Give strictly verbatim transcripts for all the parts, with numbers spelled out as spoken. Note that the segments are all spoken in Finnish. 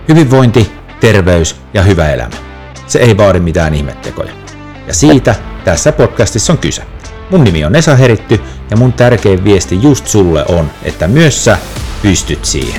Hyvinvointi, terveys ja hyvä elämä. Se ei vaadi mitään ihmettekoja. Ja siitä tässä podcastissa on kyse. Mun nimi on Esa Heritty ja mun tärkein viesti just sulle on, että myös sä pystyt siihen.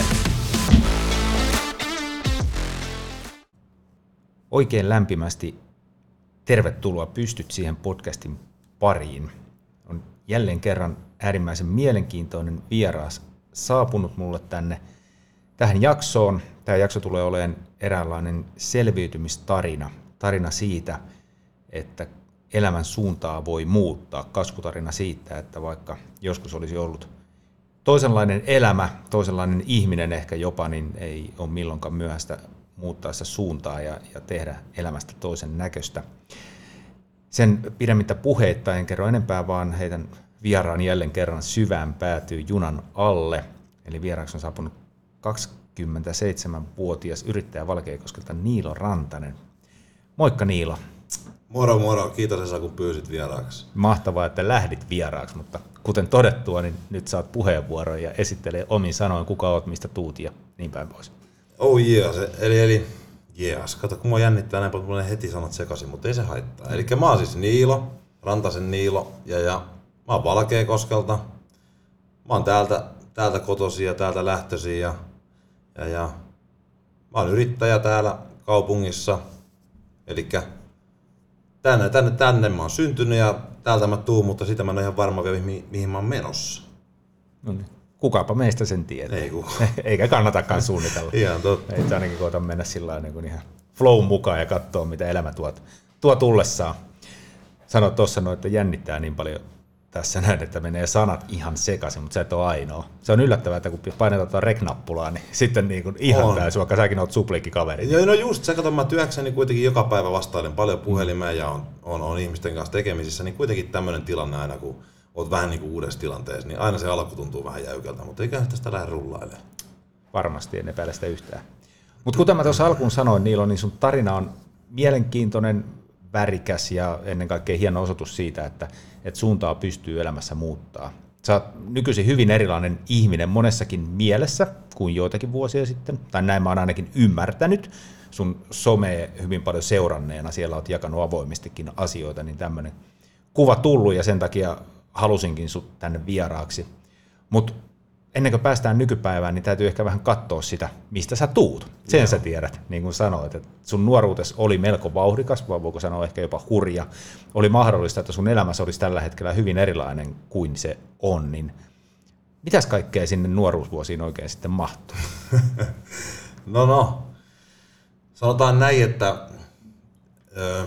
Oikein lämpimästi tervetuloa Pystyt siihen podcastin pariin. On jälleen kerran äärimmäisen mielenkiintoinen vieraas saapunut mulle tänne tähän jaksoon. Tämä jakso tulee olemaan eräänlainen selviytymistarina. Tarina siitä, että elämän suuntaa voi muuttaa. Kasvutarina siitä, että vaikka joskus olisi ollut toisenlainen elämä, toisenlainen ihminen ehkä jopa, niin ei ole milloinkaan myöhäistä muuttaa sitä suuntaa ja, ja tehdä elämästä toisen näköistä. Sen pidemmittä puheitta en kerro enempää, vaan heitän vieraan jälleen kerran syvään päätyy junan alle. Eli vieraaksi on saapunut kaksikymmentäseitsemänvuotias yrittäjä Valkeakoskelta Niilo Rantanen. Moikka Niilo. Moro moro, kiitos Esa kun pyysit vieraaksi. Mahtavaa, että lähdit vieraaksi, mutta kuten todettua, niin nyt saat puheenvuoron ja esittelee omin sanoin, kuka oot, mistä tuut ja niin päin pois. Oh yes, eli, eli yes. Kato, kun mua jännittää näin paljon, että heti sanot sekaisin, mutta ei se haittaa. Eli mä oon siis Niilo, Rantasen Niilo, ja, ja mä oon Valkeakoskelta. Mä oon täältä, täältä kotoisin ja täältä lähtöisin, ja, ja, ja mä oon yrittäjä täällä kaupungissa. Elikkä tänne, tänne, tänne mä oon syntynyt ja täältä mä tuun, mutta sitä mä en ole ihan varma vielä, mihin, mihin mä oon menossa. No niin. Kukapa meistä sen tietää. Ei kuka. Eikä kannatakaan suunnitella. Ihan totta. Ei ainakin koeta mennä sillä niin ihan flow mukaan ja katsoa, mitä elämä tuo, tuo tullessaan. Sanoit tuossa noin, että jännittää niin paljon tässä näin, että menee sanat ihan sekaisin, mutta sä et ole ainoa. Se on yllättävää, että kun painetaan tuota rek-nappulaa, niin sitten niin kuin ihan täysin, vaikka säkin oot suplikikaveri. Joo, no just, sä kato, mä työkseni kuitenkin joka päivä vastailen paljon puhelimeen ja on, on, on ihmisten kanssa tekemisissä, niin kuitenkin tämmöinen tilanne aina, kun oot vähän niin kuin uudessa tilanteessa, niin aina se alku tuntuu vähän jäykältä, mutta eiköhän tästä lähde rullailemaan. Varmasti, en epäile sitä yhtään. Mutta kuten mä tuossa alkuun sanoin, Niilo, niin sun tarina on mielenkiintoinen, värikäs ja ennen kaikkea hieno osoitus siitä, että, että suuntaa pystyy elämässä muuttaa. Sä oot nykyisin hyvin erilainen ihminen monessakin mielessä kuin joitakin vuosia sitten, tai näin mä oon ainakin ymmärtänyt sun somea hyvin paljon seuranneena, siellä oot jakanut avoimistikin asioita, niin tämmöinen kuva tullut ja sen takia halusinkin sut tänne vieraaksi. Mutta ennen kuin päästään nykypäivään, niin täytyy ehkä vähän katsoa sitä, mistä sä tuut. Sen Joo. sä tiedät, niin kuin sanoit, että sun nuoruutes oli melko vauhdikas, vai voiko sanoa ehkä jopa hurja. Oli mahdollista, että sun elämässä olisi tällä hetkellä hyvin erilainen kuin se on. Niin mitäs kaikkea sinne nuoruusvuosiin oikein sitten mahtuu? No no, sanotaan näin, että ö,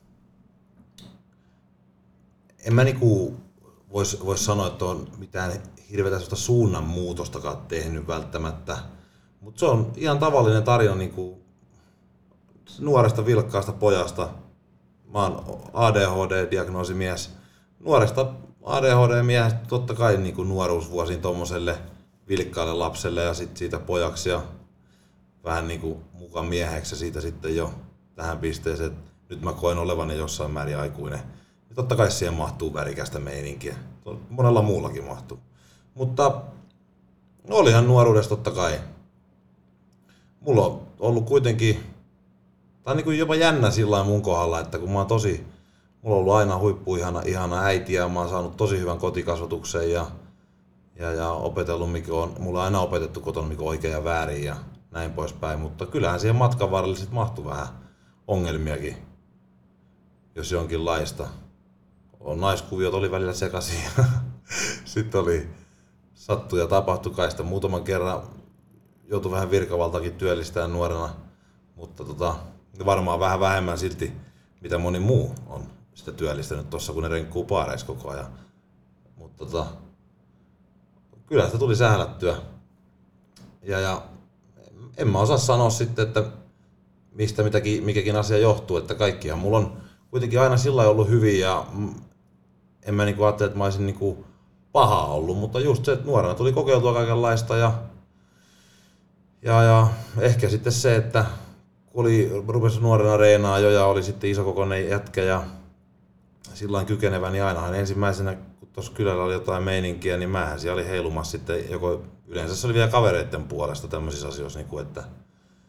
en mä niinku vois, vois sanoa, että on mitään hirveätä sellaista suunnanmuutostakaan tehnyt välttämättä, mutta se on ihan tavallinen tarina niinku nuoresta vilkkaasta pojasta. Mä oon A D H D-diagnoosimies. Nuoresta A D H D-miehestä totta kai niinku nuoruusvuosiin tommoselle vilkkaalle lapselle ja sit siitä pojaksi ja vähän niinku mukaan mieheksi ja siitä sitten jo tähän pisteeseen, että nyt mä koen olevani jossain määrin aikuinen. Ja totta kai siihen mahtuu värikästä meininkiä. Monella muullakin mahtuu. Mutta olihan nuoruudessa totta kai. Mulla on ollut kuitenkin, tai niin kuin jopa jännä sillä mun kohdalla, että kun mä oon tosi, mulla on ollut aina huippu ihana, ihana äiti ja mä oon saanut tosi hyvän kotikasvatuksen ja, ja, ja opetellut, mikä on, mulla on aina opetettu kotona, mikä on oikein ja väärin ja näin poispäin, mutta kyllähän siihen matkan varrelle sit mahtui vähän ongelmiakin, jos jonkinlaista. Naiskuviot oli välillä sekaisin ja sitten oli sattu ja tapahtui kai sitä muutaman kerran, joutui vähän virkavaltakin työllistämään nuorena, mutta tota, varmaan vähän vähemmän silti, mitä moni muu on sitä työllistänyt tuossa, kun ne renkkuu paareissa koko ajan. Mutta tota, kyllä sitä tuli sählättyä. Ja, ja en mä osaa sanoa sitten, että mistä mitäkin, mikäkin asia johtuu, että kaikkihan mulla on kuitenkin aina sillä lailla ollut hyviä ja en mä niinku ajattele, että mä olisin niinku paha ollut, mutta just se, että nuorena tuli kokeiltua kaikenlaista ja, ja, ja ehkä sitten se, että kun oli, rupesi nuorena reenaa jo ja oli sitten isokokoinen jätkä ja sillain kykenevä, niin ainahan ensimmäisenä, kun tuossa kylällä oli jotain meininkiä, niin mähän siellä oli heilumassa sitten joko, yleensä se oli vielä kavereiden puolesta tämmöisissä asioissa, niin kuin, että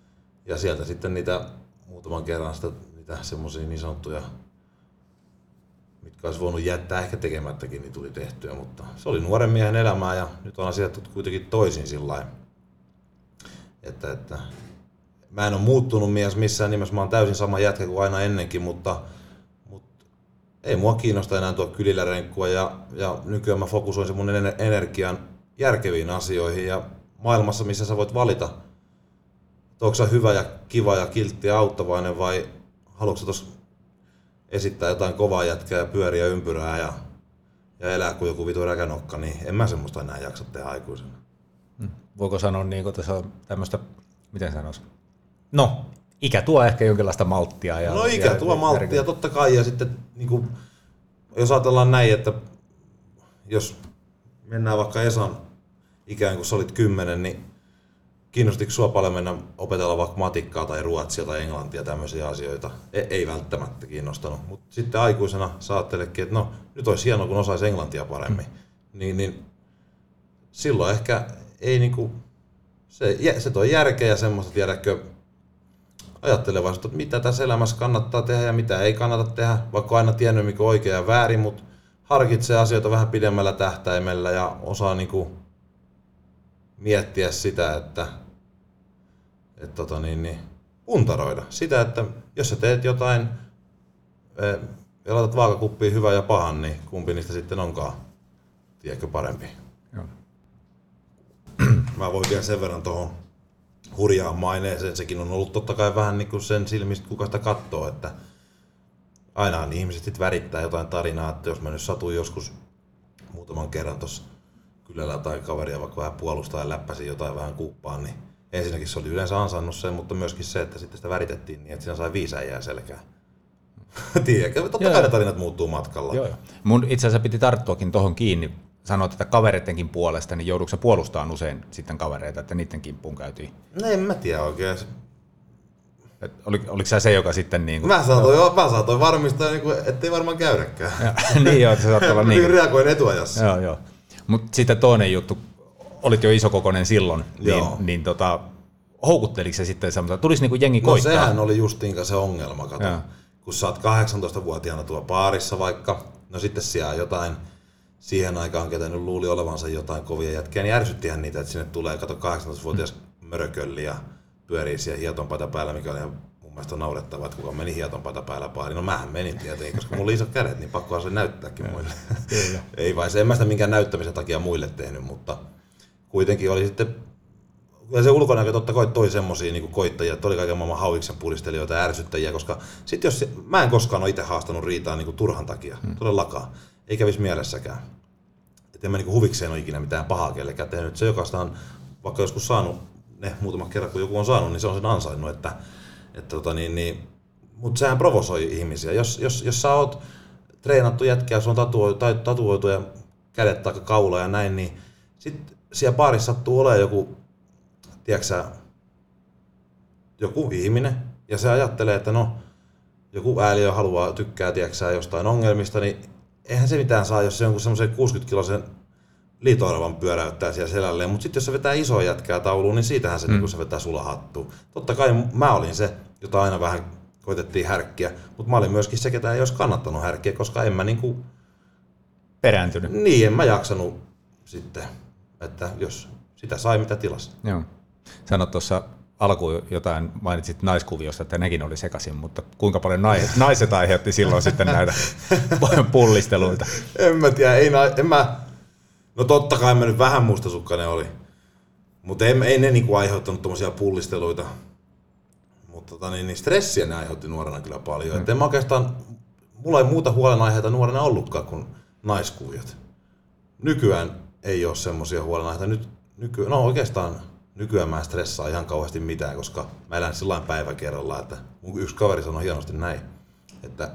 ja sieltä sitten niitä muutaman kerran sitä, niitä semmoisia niin sanottuja, mitkä olisi voinut jättää ehkä tekemättäkin, niin tuli tehtyä, mutta se oli nuoren miehen elämää ja nyt on asiat kuitenkin toisin sillä lailla, että, että mä en ole muuttunut mies missään nimessä, mä oon täysin sama jätkä kuin aina ennenkin, mutta, mutta ei mua kiinnosta enää tuo kylillä renkkua ja, ja nykyään mä fokusoin sen mun energian järkeviin asioihin ja maailmassa, missä sä voit valita, että onko sä hyvä ja kiva ja kiltti ja auttavainen vai haluatko sä tuossa esittää jotain kovaa jätkää ja pyöriä ympyrää ja, ja elää kuin joku vitu räkänokka, niin en mä semmoista enää jaksa tehdä aikuisena. Hmm. Voiko sanoa niin, kun tässä on tämmöistä, miten sanoisi? No, ikä tuo ehkä jonkinlaista malttia. Ja, no ikä ja, tuo malttia totta kai ja sitten niin kuin, jos ajatellaan näin, että jos mennään vaikka Esan ikään kuin sä olit kymmenen, niin kiinnostiko sua paljon mennä opetella vaikka matikkaa tai ruotsia tai englantia tämmöisiä asioita? Ei, ei välttämättä kiinnostanut, mutta sitten aikuisena sä ajattelekin, että no nyt olisi hienoa kun osaisi englantia paremmin. Mm. Niin, niin silloin ehkä ei niinku, se, se toi järkeä ja semmoista tiedäkö ajattelevaisuutta, että mitä tässä elämässä kannattaa tehdä ja mitä ei kannata tehdä, vaikka aina tiennyt mikä oikein ja väärin, mutta harkitsee asioita vähän pidemmällä tähtäimellä ja osaa niinku miettiä sitä, että, että tota niin, niin, puntaroida sitä, että jos sä teet jotain ja laitat vaakakuppiin hyvän ja pahan, niin kumpi niistä sitten onkaan, tiedätkö, parempi. Joo. Mä voin vielä sen verran tuohon hurjaan maineeseen, sekin on ollut totta kai vähän niin kuin sen silmistä, kuka sitä katsoo, että ainahan ihmiset sitten värittää jotain tarinaa, että jos mä nyt satuin joskus muutaman kerran tuossa kylällä tai kaveria vaikka vähän puolustaa ja läppäsin jotain vähän kuuppaan, niin ensinnäkin se oli yleensä ansainnut sen, mutta myöskin se, että sitten sitä väritettiin niin, että siinä sai viisi äijää selkään. Tiedätkö, totta joo, kai ne tarinat muuttuu matkalla. Joo, joo. Mun itse asiassa piti tarttuakin tuohon kiinni, sanoit, että kavereidenkin puolesta, niin joudutko sä puolustamaan usein sitten kavereita, että niiden kimppuun käytiin? No en mä tiedä oikein. Et oli, oliko sä se, joka sitten niin kuin... Mä saatoin, no. mä saatoin varmistaa, niin kuin, ettei varmaan käydäkään. Niin joo, että sä saat olla niin kuin... reagoin etuajassa. Joo, joo. Mutta sitten toinen juttu, olit jo isokokoinen silloin, niin, niin tota, houkutteliko se sitten semmoista, tulisi niin kuin jengi no, koittaa? No sehän oli justiin se ongelma, kato. Ja. Kun sä oot kahdeksantoistavuotiaana tuo baarissa vaikka, no sitten siellä jotain, siihen aikaan ketä nyt luuli olevansa jotain kovia jätkiä, niin ärsyttihän niitä, että sinne tulee, kato kahdeksantoistavuotias mm. mörkölli ja pyörii siellä hietonpaita päällä, mikä oli mun mielestä naurettavaa, että kuka meni hietonpaita päällä baariin. No mähän menin tietenkin, koska mulla oli isot kädet, niin pakkohan se näyttääkin muille. Ei vai se, en mä sitä minkään näyttämisen takia muille tehnyt, mutta kuitenkin oli sitten, kyllä se ulkonäkö totta kai toi semmosia niin koittajia, että oli kaiken maailman hauiksen puristelijoita ja ärsyttäjiä, koska sit jos, mä en koskaan ole itse haastanut riitaa niin turhan takia, hmm. todellakaan, ei kävisi mielessäkään. Että en mä niin huvikseen ole ikinä mitään pahaa kellekään tehnyt. Se, joka sitä on vaikka joskus saanut, ne muutama kerran kun joku on saanut, niin se on sen ansainnut, että, että tota niin, niin, mutta sehän provosoi ihmisiä. Jos, jos, jos sä oot treenattu jätkiä, jos on tatuoitu, tai tatuoitu ja kädet tai kaula ja näin, niin sit siellä baarissa sattuu olemaan joku, tiedätkö sä, joku ihminen, ja se ajattelee, että no, joku ääliö haluaa, tykkää, tiedätkö sä, jostain ongelmista, niin eihän se mitään saa, jos se jonkun semmoisen kuusikymmenkiloisen liito-oravan pyöräyttää siellä selälleen, mutta sitten jos se vetää isoa jätkää tauluun, niin siitähän se, mm. niin se vetää sulla hattuun. Totta kai mä olin se, jota aina vähän koitettiin härkkiä, mutta mä olin myöskin se, ketä ei olisi kannattanut härkkiä, koska en mä niinku... Perääntynyt. Niin, en mä jaksanut sitten, että jos sitä sai mitä tilasi. Joo. Sanoit tuossa alkuun jotain, mainitsit naiskuviosta, että nekin oli sekaisin, mutta kuinka paljon naiset, naiset aiheutti silloin sitten näitä pullisteluita? En mä tiedä, ei, en mä... No totta kai mä nyt vähän mustasukkainen oli, mutta ei, ei ne niinku aiheuttanut tommosia pullisteluita. Mutta tota, niin, niin stressiä ne aiheutti nuorena kyllä paljon. Mm. Et en mä oikeastaan, mulla ei muuta huolenaiheita nuorena ollutkaan kuin naiskuviot. Nykyään ei ole semmosia huolenaiheita. Nyt, nyky, no oikeastaan nykyään mä en stressaa ihan kauheasti mitään, koska mä elän sillain päivä kerrallaan, että mun yksi kaveri sanoi hienosti näin, että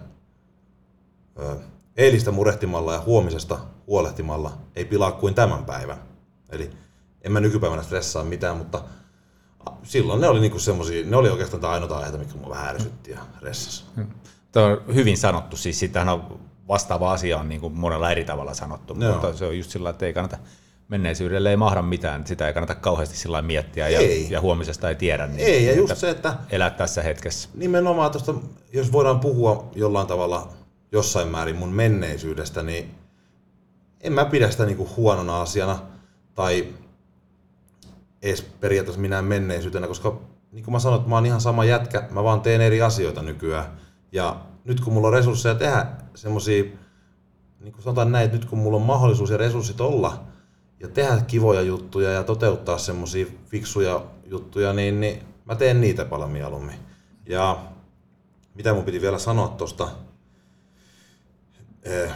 ö, eilistä murehtimalla ja huomisesta huolehtimalla ei pilaa kuin tämän päivän. Eli en mä nykypäivänä stressaa mitään, mutta silloin ne oli niinku semmosia, ne oli oikeastaan tämä ainoa aiheita, mikä mua vähän ärsytti ja ressasi. Tuo on hyvin sanottu, siis sitähän on vastaava asia on niin kuin monella eri tavalla sanottu, Joo. mutta se on just sillä, että ei kannata menneisyydelle ei mahda mitään, sitä ei kannata kauheasti sillä miettiä ja, ja huomisesta ei tiedä. Niin ei, ja just se, että elää tässä hetkessä. Nimenomaan tuosta, jos voidaan puhua jollain tavalla jossain määrin mun menneisyydestä, niin en mä pidä sitä niinku huonona asiana tai edes periaatteessa minään menneisyytenä, koska niin kuin mä sanoin, että mä oon ihan sama jätkä, mä vaan teen eri asioita nykyään. Ja nyt kun mulla on resursseja tehdä semmosia, niin kuin sanotaan näin, että nyt kun mulla on mahdollisuus ja resurssit olla ja tehdä kivoja juttuja ja toteuttaa semmosia fiksuja juttuja, niin, niin mä teen niitä paljon mieluummin. Ja mitä mun piti vielä sanoa tosta eh,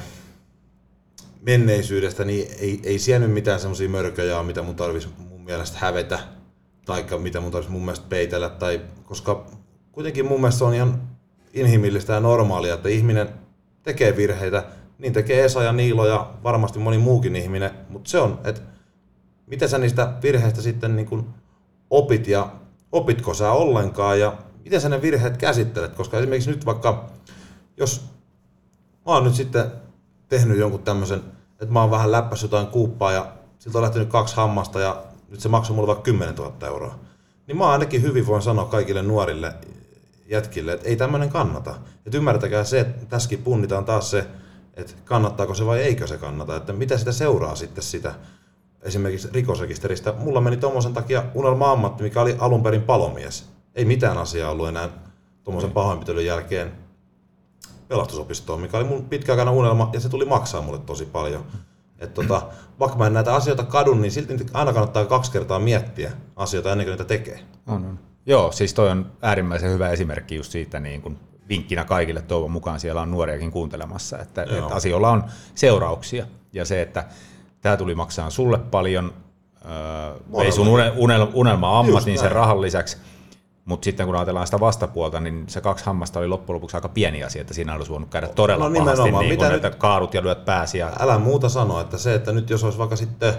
menneisyydestä, niin ei, ei siellä nyt mitään semmosia mörköjä mitä mun tarvitsisi mun mielestä hävetä tai mitä mun tarvitsisi mun mielestä peitellä, tai, koska kuitenkin mun mielestä se on ihan inhimillistä ja normaalia, että ihminen tekee virheitä, niin tekee Esa ja Niilo ja varmasti moni muukin ihminen, mutta se on, että miten sä niistä virheistä sitten niin kuin opit ja opitko sä ollenkaan ja miten sä ne virheet käsittelet, koska esimerkiksi nyt vaikka, jos mä oon nyt sitten tehnyt jonkun tämmöisen, että mä oon vähän läppässyt jotain kuuppaa ja siltä on lähtenyt kaksi hammasta ja nyt se maksoi mulle vaikka kymmenen tuhatta euroa, niin mä ainakin hyvin voin sanoa kaikille nuorille jätkille, että ei tämmöinen kannata. Että ymmärtäkää se, että tässäkin punnitaan taas se, että kannattaako se vai eikö se kannata, että mitä sitä seuraa sitten sitä esimerkiksi rikosrekisteristä. Mulla meni tommosen takia unelma-ammatti, mikä oli alun perin palomies. Ei mitään asiaa ollut enää tommosen pahoinpitelyn jälkeen pelastusopistoon, mikä oli mun pitkäaikainen unelma ja se tuli maksaa mulle tosi paljon. Et tota, vaikka mä en näitä asioita kadun, niin silti aina kannattaa kaksi kertaa miettiä asioita ennen kuin niitä tekee. On, on. Joo, siis toi on äärimmäisen hyvä esimerkki just siitä, niin kun vinkkinä kaikille toivon mukaan siellä on nuoriakin kuuntelemassa, että, että asioilla on seurauksia ja se, että tämä tuli maksaa sulle paljon, äh, ei sun unel, unelma-ammatin sen rahan lisäksi, mutta sitten kun ajatellaan sitä vastapuolta, niin se kaksi hammasta oli loppujen lopuksi aika pieni asia, että siinä olisi voinut käydä todella no, pahasti, niin kun, että kaadut ja lyöt pääsi. Ja... Älä muuta sanoa, että se, että nyt jos olisi vaikka sitten,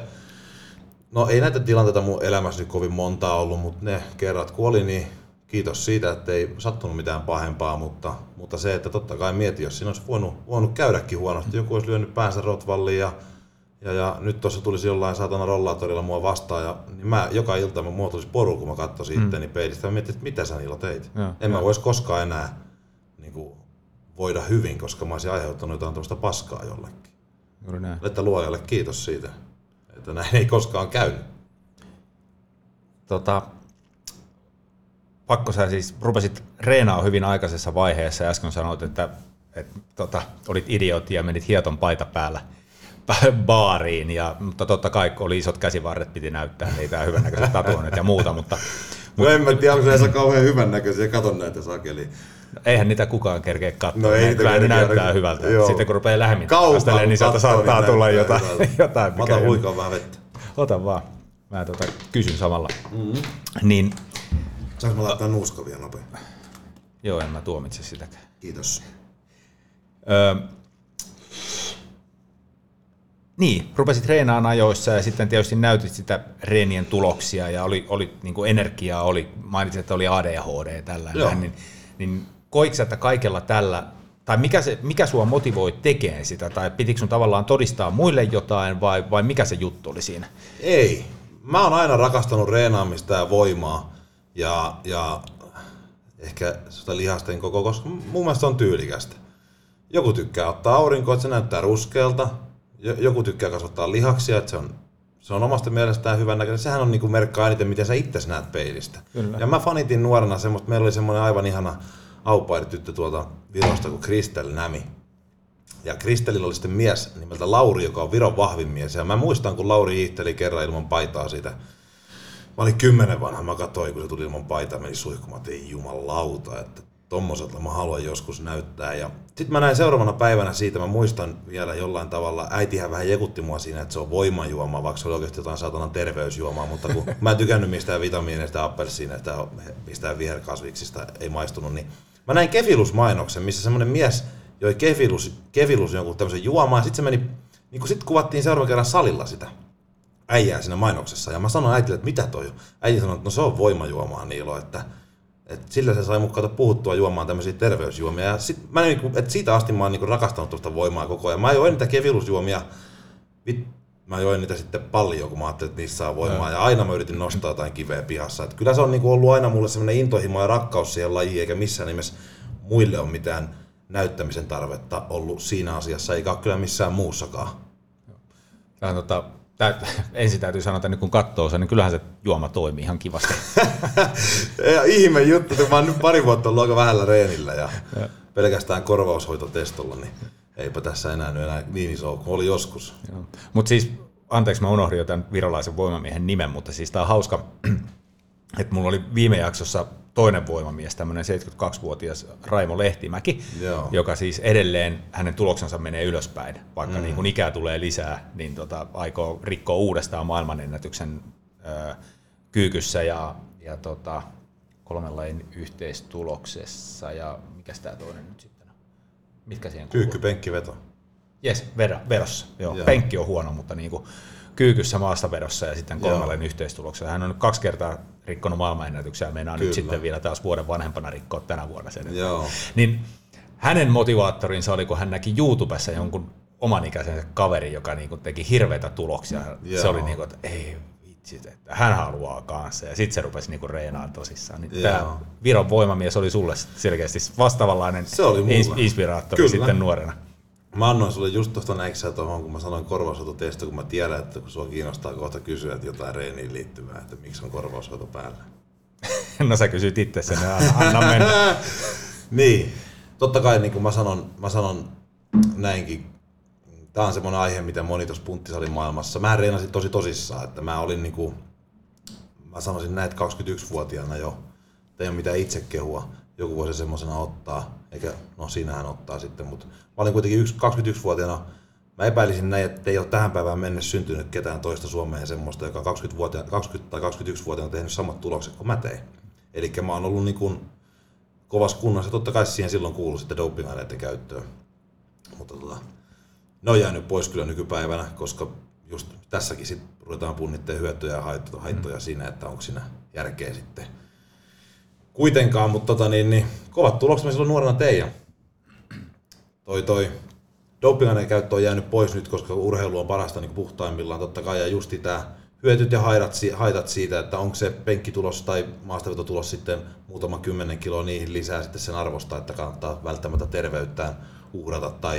no ei näitä tilanteita mun elämässäni kovin montaa ollut, mutta ne kerrat kun oli, niin kiitos siitä, että ei sattunut mitään pahempaa, mutta, mutta se, että totta kai mieti, jos siinä olisi voinut, voinut käydäkin huonosti, joku olisi lyönyt päänsä rotvalliin ja Ja, ja nyt tuossa tulisi jollain saatana rollaattorilla mua vastaan, ja niin mä joka ilta mä mua tulisi poru, kun mä katsoisin mm. itteni peilistä. Mä mietin, että mitä sä Niilo teit. Ja, en ja. mä vois koskaan enää niin kuin, voida hyvin, koska mä olisin aiheuttanut jotain tämmöistä paskaa jollekin. Juuri näin. Että luojalle kiitos siitä, että näin ei koskaan käynyt. Tota, pakko sä siis rupesit reenaa hyvin aikaisessa vaiheessa ja äsken sanoit, että, että tota, olit idiootti ja menit hieton paita päällä baariin, ja, mutta totta kai oli isot käsivarret, piti näyttää niitä hyvännäköiset tatuoinnit ja muuta, mutta... No en mä tiedä, onko se kauhean hyvännäköisiä, katon näitä sakeliin. No, eihän niitä kukaan kerkeä katsoa, no, ei kyllä ne näyttää kerkeä. Hyvältä. Joo. Sitten kun rupeaa lähemmin tarkastelemaan, niin sieltä saattaa niin tulla jotain. jotain mä otan huikaan vähän vettä. Ota vaan, mä tota, kysyn samalla. Mm-hmm. Niin, saanko mä laittaa nuuska vielä nopea? Joo, en mä tuomitse sitäkään. Kiitos. Öö, Niin, rupesit treenaamaan ajoissa ja sitten tietysti näytit sitä reenien tuloksia ja oli, oli niin kuin energiaa, oli, mainitsit, että oli A D H D tällainen, niin, niin koitko että kaikella tällä, tai mikä, se, mikä sua motivoi tekemään sitä, tai pitikö sun tavallaan todistaa muille jotain, vai, vai mikä se juttu oli siinä? Ei, mä oon aina rakastanut reenaamista ja voimaa, ja, ja ehkä sitä lihasten koko, koska mun mielestä se on tyylikästä. Joku tykkää ottaa aurinkoa, että se näyttää ruskealta. Joku tykkää kasvattaa lihaksia, että se on, se on omasta mielestään hyvän näköinen. Sehän on niinku merkkaa eniten, miten sä itse näet peilistä. Kyllä. Ja mä fanitin nuorena semmoista, meillä oli semmoinen aivan ihana aupairityttö tuolta Virosta kuin Kristel Nämi. Ja Kristelillä oli sitten mies nimeltä Lauri, joka on Viron vahvin mies. Ja mä muistan, kun Lauri hiihteli kerran ilman paitaa siitä. Mä olin kymmenen vanha, mä katsoin, kun se tuli ilman paitaa, meni suihkumaan, että ei jumalauta, että tommoselta mä haluan joskus näyttää. Ja sitten mä näin seuraavana päivänä siitä, mä muistan vielä jollain tavalla, äitihän vähän jekutti mua siinä, että se on voimajuoma, vaikka se oli oikeasti jotain saatanan terveysjuomaa, mutta kun mä en tykännyt mistään vitamiineista, appelsiineista, mistään viherkasviksista, ei maistunut, niin mä näin Kefilus-mainoksen, missä semmoinen mies joi Kefilus, Kefilus jonkun tämmöisen juomaan, ja sitten se meni, niin kun sit kuvattiin seuraavan kerran salilla sitä äijää siinä mainoksessa, ja mä sanoin äitille, että mitä toi on? Äiti sanoi, että no se on voimajuomaa Niilo, että et sillä se sai mukaan puhuttua juomaan tämmöisiä terveysjuomia. Ja sit mä niinku, et siitä asti mä oon niinku rakastanut tuosta voimaa koko ajan. Mä join niitä kevilusjuomia mä join niitä sitten paljon, kun mä ajattelin, että niissä saa voimaa. Ja aina mä yritin nostaa jotain kiveä pihassa. Et kyllä se on niinku ollut aina mulle semmoinen intohimo ja rakkaus siihen lajiin, eikä missään nimessä muille ole mitään näyttämisen tarvetta ollut siinä asiassa, eikä ole kyllä missään muussakaan. Tämä on, tota, tä, ensin täytyy sanoa, että nyt kun katsoo sen, niin kyllähän se juoma toimii ihan kivasti. Ja ihme juttu, että mä oon nyt pari vuotta ollut aika vähällä reenillä ja, ja. pelkästään korvaushoitotestolla, niin eipä tässä enää enää niin iso kuin oli joskus. Mutta siis, anteeksi mä unohdin jo tämän virolaisen voimamiehen nimen, mutta siis tää on hauska, että mulla oli viime jaksossa toinen voimamies, tämmöinen seitsemänkymmentäkaksivuotias Raimo Lehtimäki, Joo. joka siis edelleen hänen tuloksensa menee ylöspäin, vaikka mm. niin kun ikää tulee lisää, niin tota, aikoo rikkoa uudestaan maailmanennätyksen ö, kyykyssä ja, ja tota, kolmen lajin yhteistuloksessa ja mikäs tää toinen nyt sitten on? Mitkä siihen kuuluu? Kyykky, penkki, veto. Jes, vedossa. Joo. Joo. Penkki on huono, mutta niin kuin kyykyssä maastavedossa ja sitten kolmellen yhteistuloksella. Hän on nyt kaksi kertaa rikkonut maailmanennätyksiä ja meinaa Kyllä. nyt sitten vielä taas vuoden vanhempana rikkoa tänä vuonna sen. Joo. Niin hänen motivaattorinsa oli, kun hän näki YouTubessa jonkun oman ikäisensä kaverin, joka niin kuin teki hirveitä tuloksia. Joo. Se oli niin kuin, että ei vitsit, että hän haluaa kanssa. Ja sitten se rupesi niin kuin reenaamaan tosissaan. Niin tämä Viron voimamies oli sulle selkeästi vastaavanlainen inspiraattori Kyllä. sitten nuorena. Mä annoin sulle just tuosta näiksää tuohon, kun mä sanoin korvaushoitotesto, kun mä tiedän, että kun sua kiinnostaa kohta kysyä, että jotain reeniin liittyvää, että miksi on korvaushoito päällä. No sä kysyt itse sen, anna mennä. Niin, totta kai niin kuin mä sanon, mä sanon näinkin, tää on semmoinen aihe, mitä moni tuossa punttisalin maailmassa. Mä reenasin tosi tosissaan, että mä olin niinku, mä sanoisin näin, että kaksikymmentäyksivuotiaana jo, ei ole mitään itse kehua. Joku voisi semmosena ottaa, eikä, no siinähän ottaa sitten, mutta mä olin kuitenkin kaksikymmentäyksivuotiaana, mä epäilisin näin, että ei ole tähän päivään mennessä syntynyt ketään toista Suomeen semmoista, joka kaksikymmentä, kaksikymmentä tai kaksikymmentäyksivuotiaana tehnyt samat tulokset kuin mä tein. Eli mä oon ollut niin kuin kovassa kunnossa, totta kai siihen silloin kuului sitten doping-aineiden käyttöön. Mutta tota, ne on jäänyt pois kyllä nykypäivänä, koska just tässäkin sit ruvetaan punnitteen hyötyjä ja haittoja, haittoja mm. siinä, että onko siinä järkeä sitten. Kuitenkaan, mutta tota, niin, niin, kovat tulokset mä silloin nuorena tein. Toi, toi dopingaineen käyttö on jäänyt pois nyt, koska urheilu on parasta niin puhtaimmillaan totta kai. Ja justi tää hyötyt ja haitat, haitat siitä, että onko se penkkitulos tai maastavetotulos sitten muutama kymmenen kiloa niihin lisää sitten sen arvosta, että kannattaa välttämättä terveyttään uhrata tai,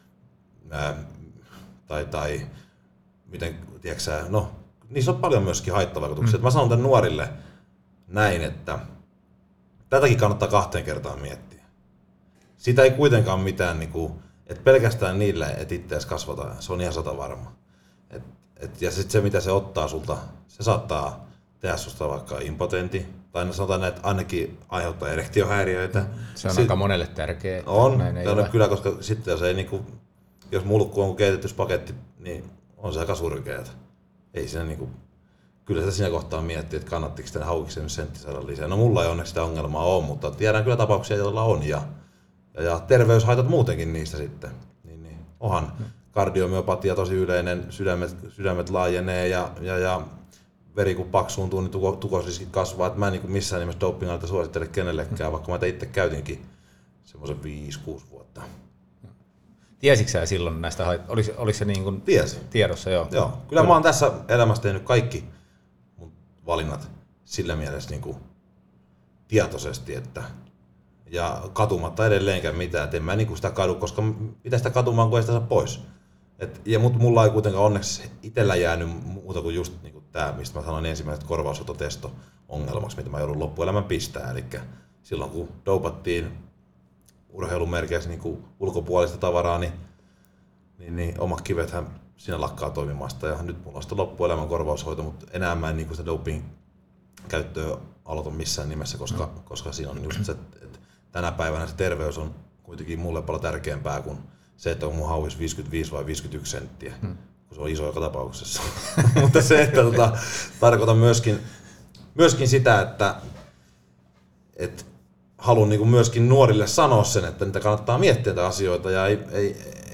ää, tai, tai miten, tiedätkö sä, no niissä on paljon myöskin haittavaikutuksia. Mm. Mä sanon tän nuorille näin, että tätäkin kannattaa kahteen kertaan miettiä. Sitä ei kuitenkaan mitään, niin kuin, että pelkästään niille, että itseäsi kasvataan, se on ihan sata varma. Et, et, ja sitten se, mitä se ottaa sulta, se saattaa tehdä susta vaikka impotentti, tai sanotaan, että ainakin aiheuttaa erektiohäiriöitä. Se on sit, aika monelle tärkeä. On, on kyllä, koska sitten jos, ei, niin kuin, jos mulkku on keitetyspaketti, niin on se aika surkeata. Ei siinä niin kuin, kyllä sitä siinä kohtaa miettii, että kannattiko sitten haukiksen sentti saada lisää. No mulla ei onneksi sitä ongelmaa ole, mutta tiedän kyllä tapauksia, joilla on. Ja, ja, ja terveyshaitat muutenkin niistä sitten. Niin, niin. Onhan no. kardiomyopatia tosi yleinen, sydämet, sydämet laajenee ja, ja, ja veri kun paksuuntuu, niin tuko, tukosriskit kasvaa. Et mä en niin missään nimessä dopingalta suosittele kenellekään, vaikka mä itse käytinkin semmoisen viisi kuusi vuotta. Tiesitkö sä silloin näistä haitoista? Oliko, oliko se niin kuin tiedossa? Joo. Joo. Kyllä mä oon tässä elämässä tehnyt kaikki valinnat sillä mielessä niin kuin tietoisesti, että ja katumatta edelleenkään mitään, että en mä niin kuin sitä kadu, koska mitä sitä katumaan, kun ei sitä saa pois. Et, ja mut, mulla ei kuitenkaan onneksi itsellä jäänyt muuta kuin just niin kuin tämä, mistä mä sanoin ensimmäiset korvaushoitotesto-ongelmaksi, mitä mä joudun loppuelämän pistää. Eli silloin kun dopattiin urheilumerkeissä niin kuin ulkopuolista tavaraa, niin, niin, niin omat kivethän siinä lakkaa toimimasta ja nyt mulla on sitä loppuelämän korvaushoito, mutta enää mä en niin sitä doping-käyttöä aloita missään nimessä, koska, mm. koska siinä on just se, että tänä päivänä se terveys on kuitenkin mulle paljon tärkeämpää kuin se, että on mun hauis viisikymmentäviisi vai viisikymmentäyksi senttiä, mm. kun se on iso joka tapauksessa. Mutta se, että tota, tarkoitan myöskin, myöskin sitä, että, että haluan niin kuin myöskin nuorille sanoa sen, että niitä kannattaa miettiä näitä asioita ja ei, ei,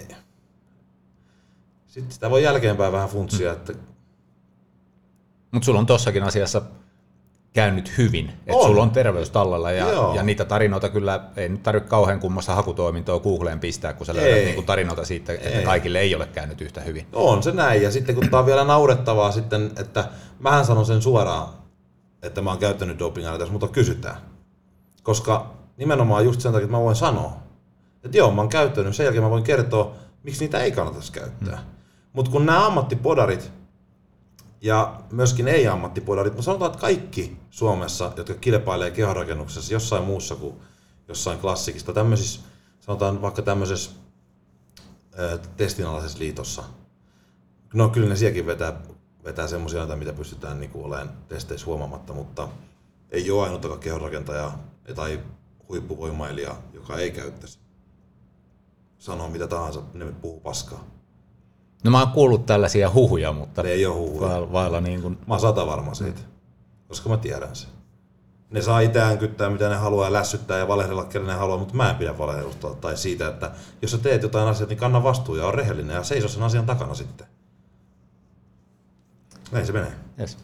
sitten sitä voi jälkeenpäin vähän funtsia. Että mutta sulla on tossakin asiassa käynyt hyvin, että On. sulla on terveys tallella ja, Joo. ja niitä tarinoita kyllä ei nyt tarvitse kauhean kummassa hakutoimintoa Googleen pistää, kun sä löydät niin kuin tarinoita siitä, että Ei. kaikille ei ole käynyt yhtä hyvin. On se näin, ja sitten kun tää on vielä naurettavaa sitten, että mähän sanon sen suoraan, että mä oon käyttänyt dopingaineita, jos multa kysytään. Koska nimenomaan just sen takia, että mä voin sanoa, että joo, mä oon käyttänyt, sen jälkeen mä voin kertoa, miksi niitä ei kannata käyttää. Hmm. Mutta kun nämä ammattipodarit ja myöskin ei-ammattipodarit, mä sanotaan, että kaikki Suomessa, jotka kilpailee kehonrakennuksessa jossain muussa kuin jossain klassikista, tämmöisissä, sanotaan vaikka tämmöisessä ää, testinalaisessa liitossa, no kyllä ne sielläkin vetää, vetää semmoisia asioita, mitä pystytään niin olemaan testeissä huomaamatta, mutta ei ole ainuttakaan kehonrakentajaa tai huippuvoimailijaa, joka ei käyttäisi. Sanoo mitä tahansa, ne puhuu paskaa. No mä oon kuullut tällaisia huhuja, mutta Ne ei ole huhuja. vailla, vailla niin kuin... Mä oon sata varma siitä, koska mä tiedän sen. Ne saa itse äänkyttää mitä ne haluaa ja lässyttää ja valehdella kelle ne haluaa, mutta mä en pidä valehdelusta tai siitä, että jos sä teet jotain asiaa, niin kanna vastuu ja on rehellinen ja seiso sen asian takana sitten. Näin se menee. Yes.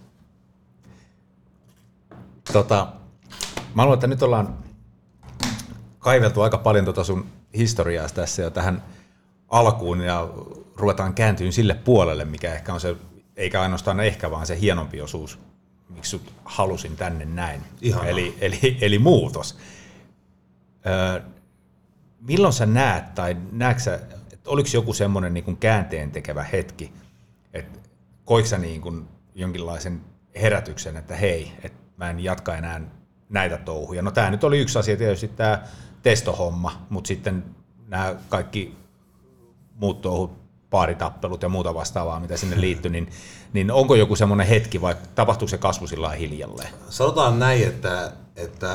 Tota, mä luulen, että nyt ollaan kaiveltu aika paljon tota sun historiaa tässä jo tähän alkuun ja ruvetaan kääntyyn sille puolelle, mikä ehkä on se, eikä ainoastaan ehkä, vaan se hienompi osuus, miksi sut halusin tänne näin. Ihanaa. Eli, eli, eli muutos. Öö, milloin sä näet tai näetkö sä, että oliko joku semmoinen niin kuin käänteen tekevä hetki, että koiko sä niin kuin jonkinlaisen herätyksen, että hei, että mä en jatka enää näitä touhuja. No tää nyt oli yksi asia, tietysti tää testohomma, mutta sitten nämä kaikki muut touhut, paaritappelut ja muuta vastaavaa, mitä sinne liittyy, niin, niin onko joku semmoinen hetki vai tapahtuuko se kasvu sillä lailla hiljalleen? Sanotaan näin, että, että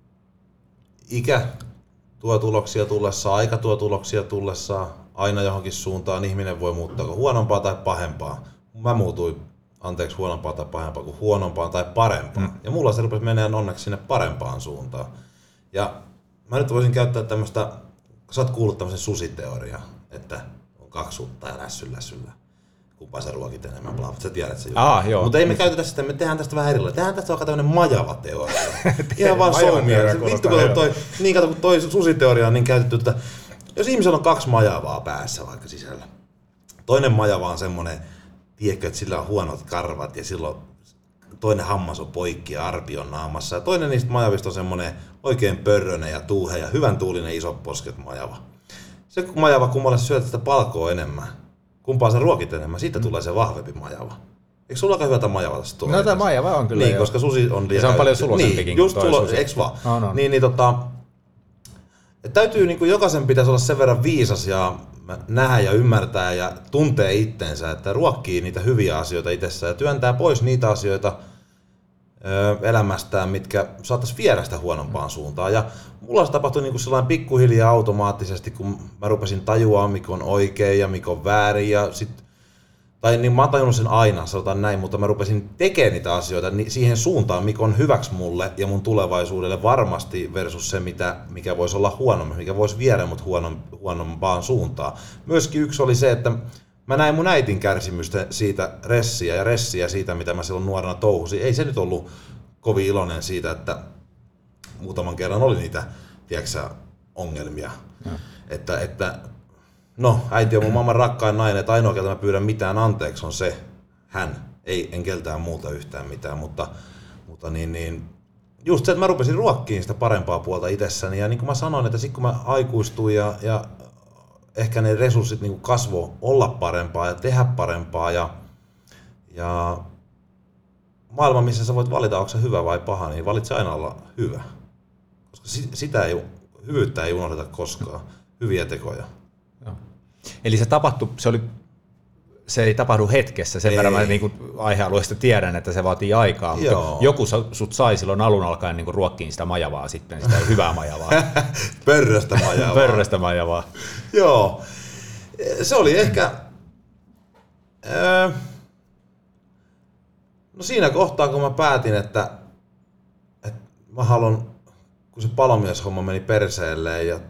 ikä tuo tuloksia tullessaan, aika tuo tuloksia tullessaan, aina johonkin suuntaan ihminen voi muuttaa huonompaa tai pahempaa. Mä muutuin, anteeksi, huonompaa tai pahempaa kuin huonompaan tai parempaan. Mm. Ja mulla se rupesi menemään onneksi sinne parempaan suuntaan. Ja mä nyt voisin käyttää tämmöistä, sä oot kuullut tämmöisen susiteoriaa, että on kaksi sutta ja lässy lässyllä. Kumpaa sä ruokit enemmän, bla, sä tiedät se juttu. Mutta ei me käytetä sitä, me tehdään tästä vähän erilainen. Tehdään tästä vaikka tämmönen majava teoria. Ihan vaan soumia. Vittu, kun toi, niin kato, kun toi susiteoria on niin käytetty, että jos ihmisellä on kaksi majavaa päässä vaikka sisällä. Toinen majava on semmonen, tiedätkö, että sillä on huonot karvat ja silloin toinen hammas on poikki ja arpi on naamassa. Ja toinen niistä majavista on semmonen oikein pörrönen ja tuuhe ja hyvän tuulinen isot posket majava. Se majava, kummalle sä syöt sitä palkoa enemmän, kumpaa sä ruokit enemmän, siitä tulee se vahvempi majava. Eikö sulla aika hyvä majava tässä tuolla? No tämä majava on kyllä. Niin, jo. koska susi on liian... Se on paljon suloisempikin niin, kuin just toi tulo, susi. eiks vaan? No, no. Niin, niin tota... Täytyy niin kuin jokaisen pitäisi olla sen verran viisas ja nähdä ja ymmärtää ja tuntee itteensä, että ruokkii niitä hyviä asioita itsessään ja työntää pois niitä asioita ö, elämästään, mitkä saattaisi viedä sitä huonompaan suuntaan. Ja mulla se tapahtui niin kuin sellainen pikkuhiljaa automaattisesti, kun mä rupesin tajuaa, mikä on oikein ja mikä on väärin. Ja sit, tai niin mä oon tajunnut sen aina, sanotaan näin, mutta mä rupesin tekemään niitä asioita siihen suuntaan, mikä on hyväksi mulle ja mun tulevaisuudelle varmasti versus se, mitä, mikä voisi olla huonommin, mikä voisi viedä mut huonom, huonompaan suuntaan. Myöskin yksi oli se, että mä näin mun äitin kärsimystä siitä ressiä ja ressiä siitä, mitä mä silloin nuorena touhusin. Ei se nyt ollut kovin iloinen siitä, että muutaman kerran oli niitä, tiedätkö, ongelmia. Ja. Että, että no, äiti on mun maailman rakkain nainen, että ainoa keltä mä pyydän mitään anteeksi on se, hän. Ei, en keltään muuta yhtään mitään, mutta, mutta niin, niin, just se, että mä rupesin ruokkiin sitä parempaa puolta itsessäni. Ja niin kuin mä sanoin, että sit kun mä aikuistuin ja, ja ehkä ne resurssit niin kuin kasvoi olla parempaa ja tehdä parempaa ja, ja maailma, missä sä voit valita, onko se hyvä vai paha, niin valitse aina olla hyvä. Koska sitä ei, hyvyyttä ei unohdeta koskaan, hyviä tekoja. Joo. Eli se tapahtui, se, oli, se ei tapahdu hetkessä, sen ei. verran mä niin aihealueesta tiedän, että se vaatii aikaa, mutta Joo. joku sut sai silloin alun alkaen niin ruokkiin sitä majavaa sitten, sitä hyvää majavaa. Pörröstä majavaa. Pörröstä majavaa. Joo, se oli ehkä, öö, no siinä kohtaa kun mä päätin, että, että mä haluan, kun se palomieshomma meni perseelleen ja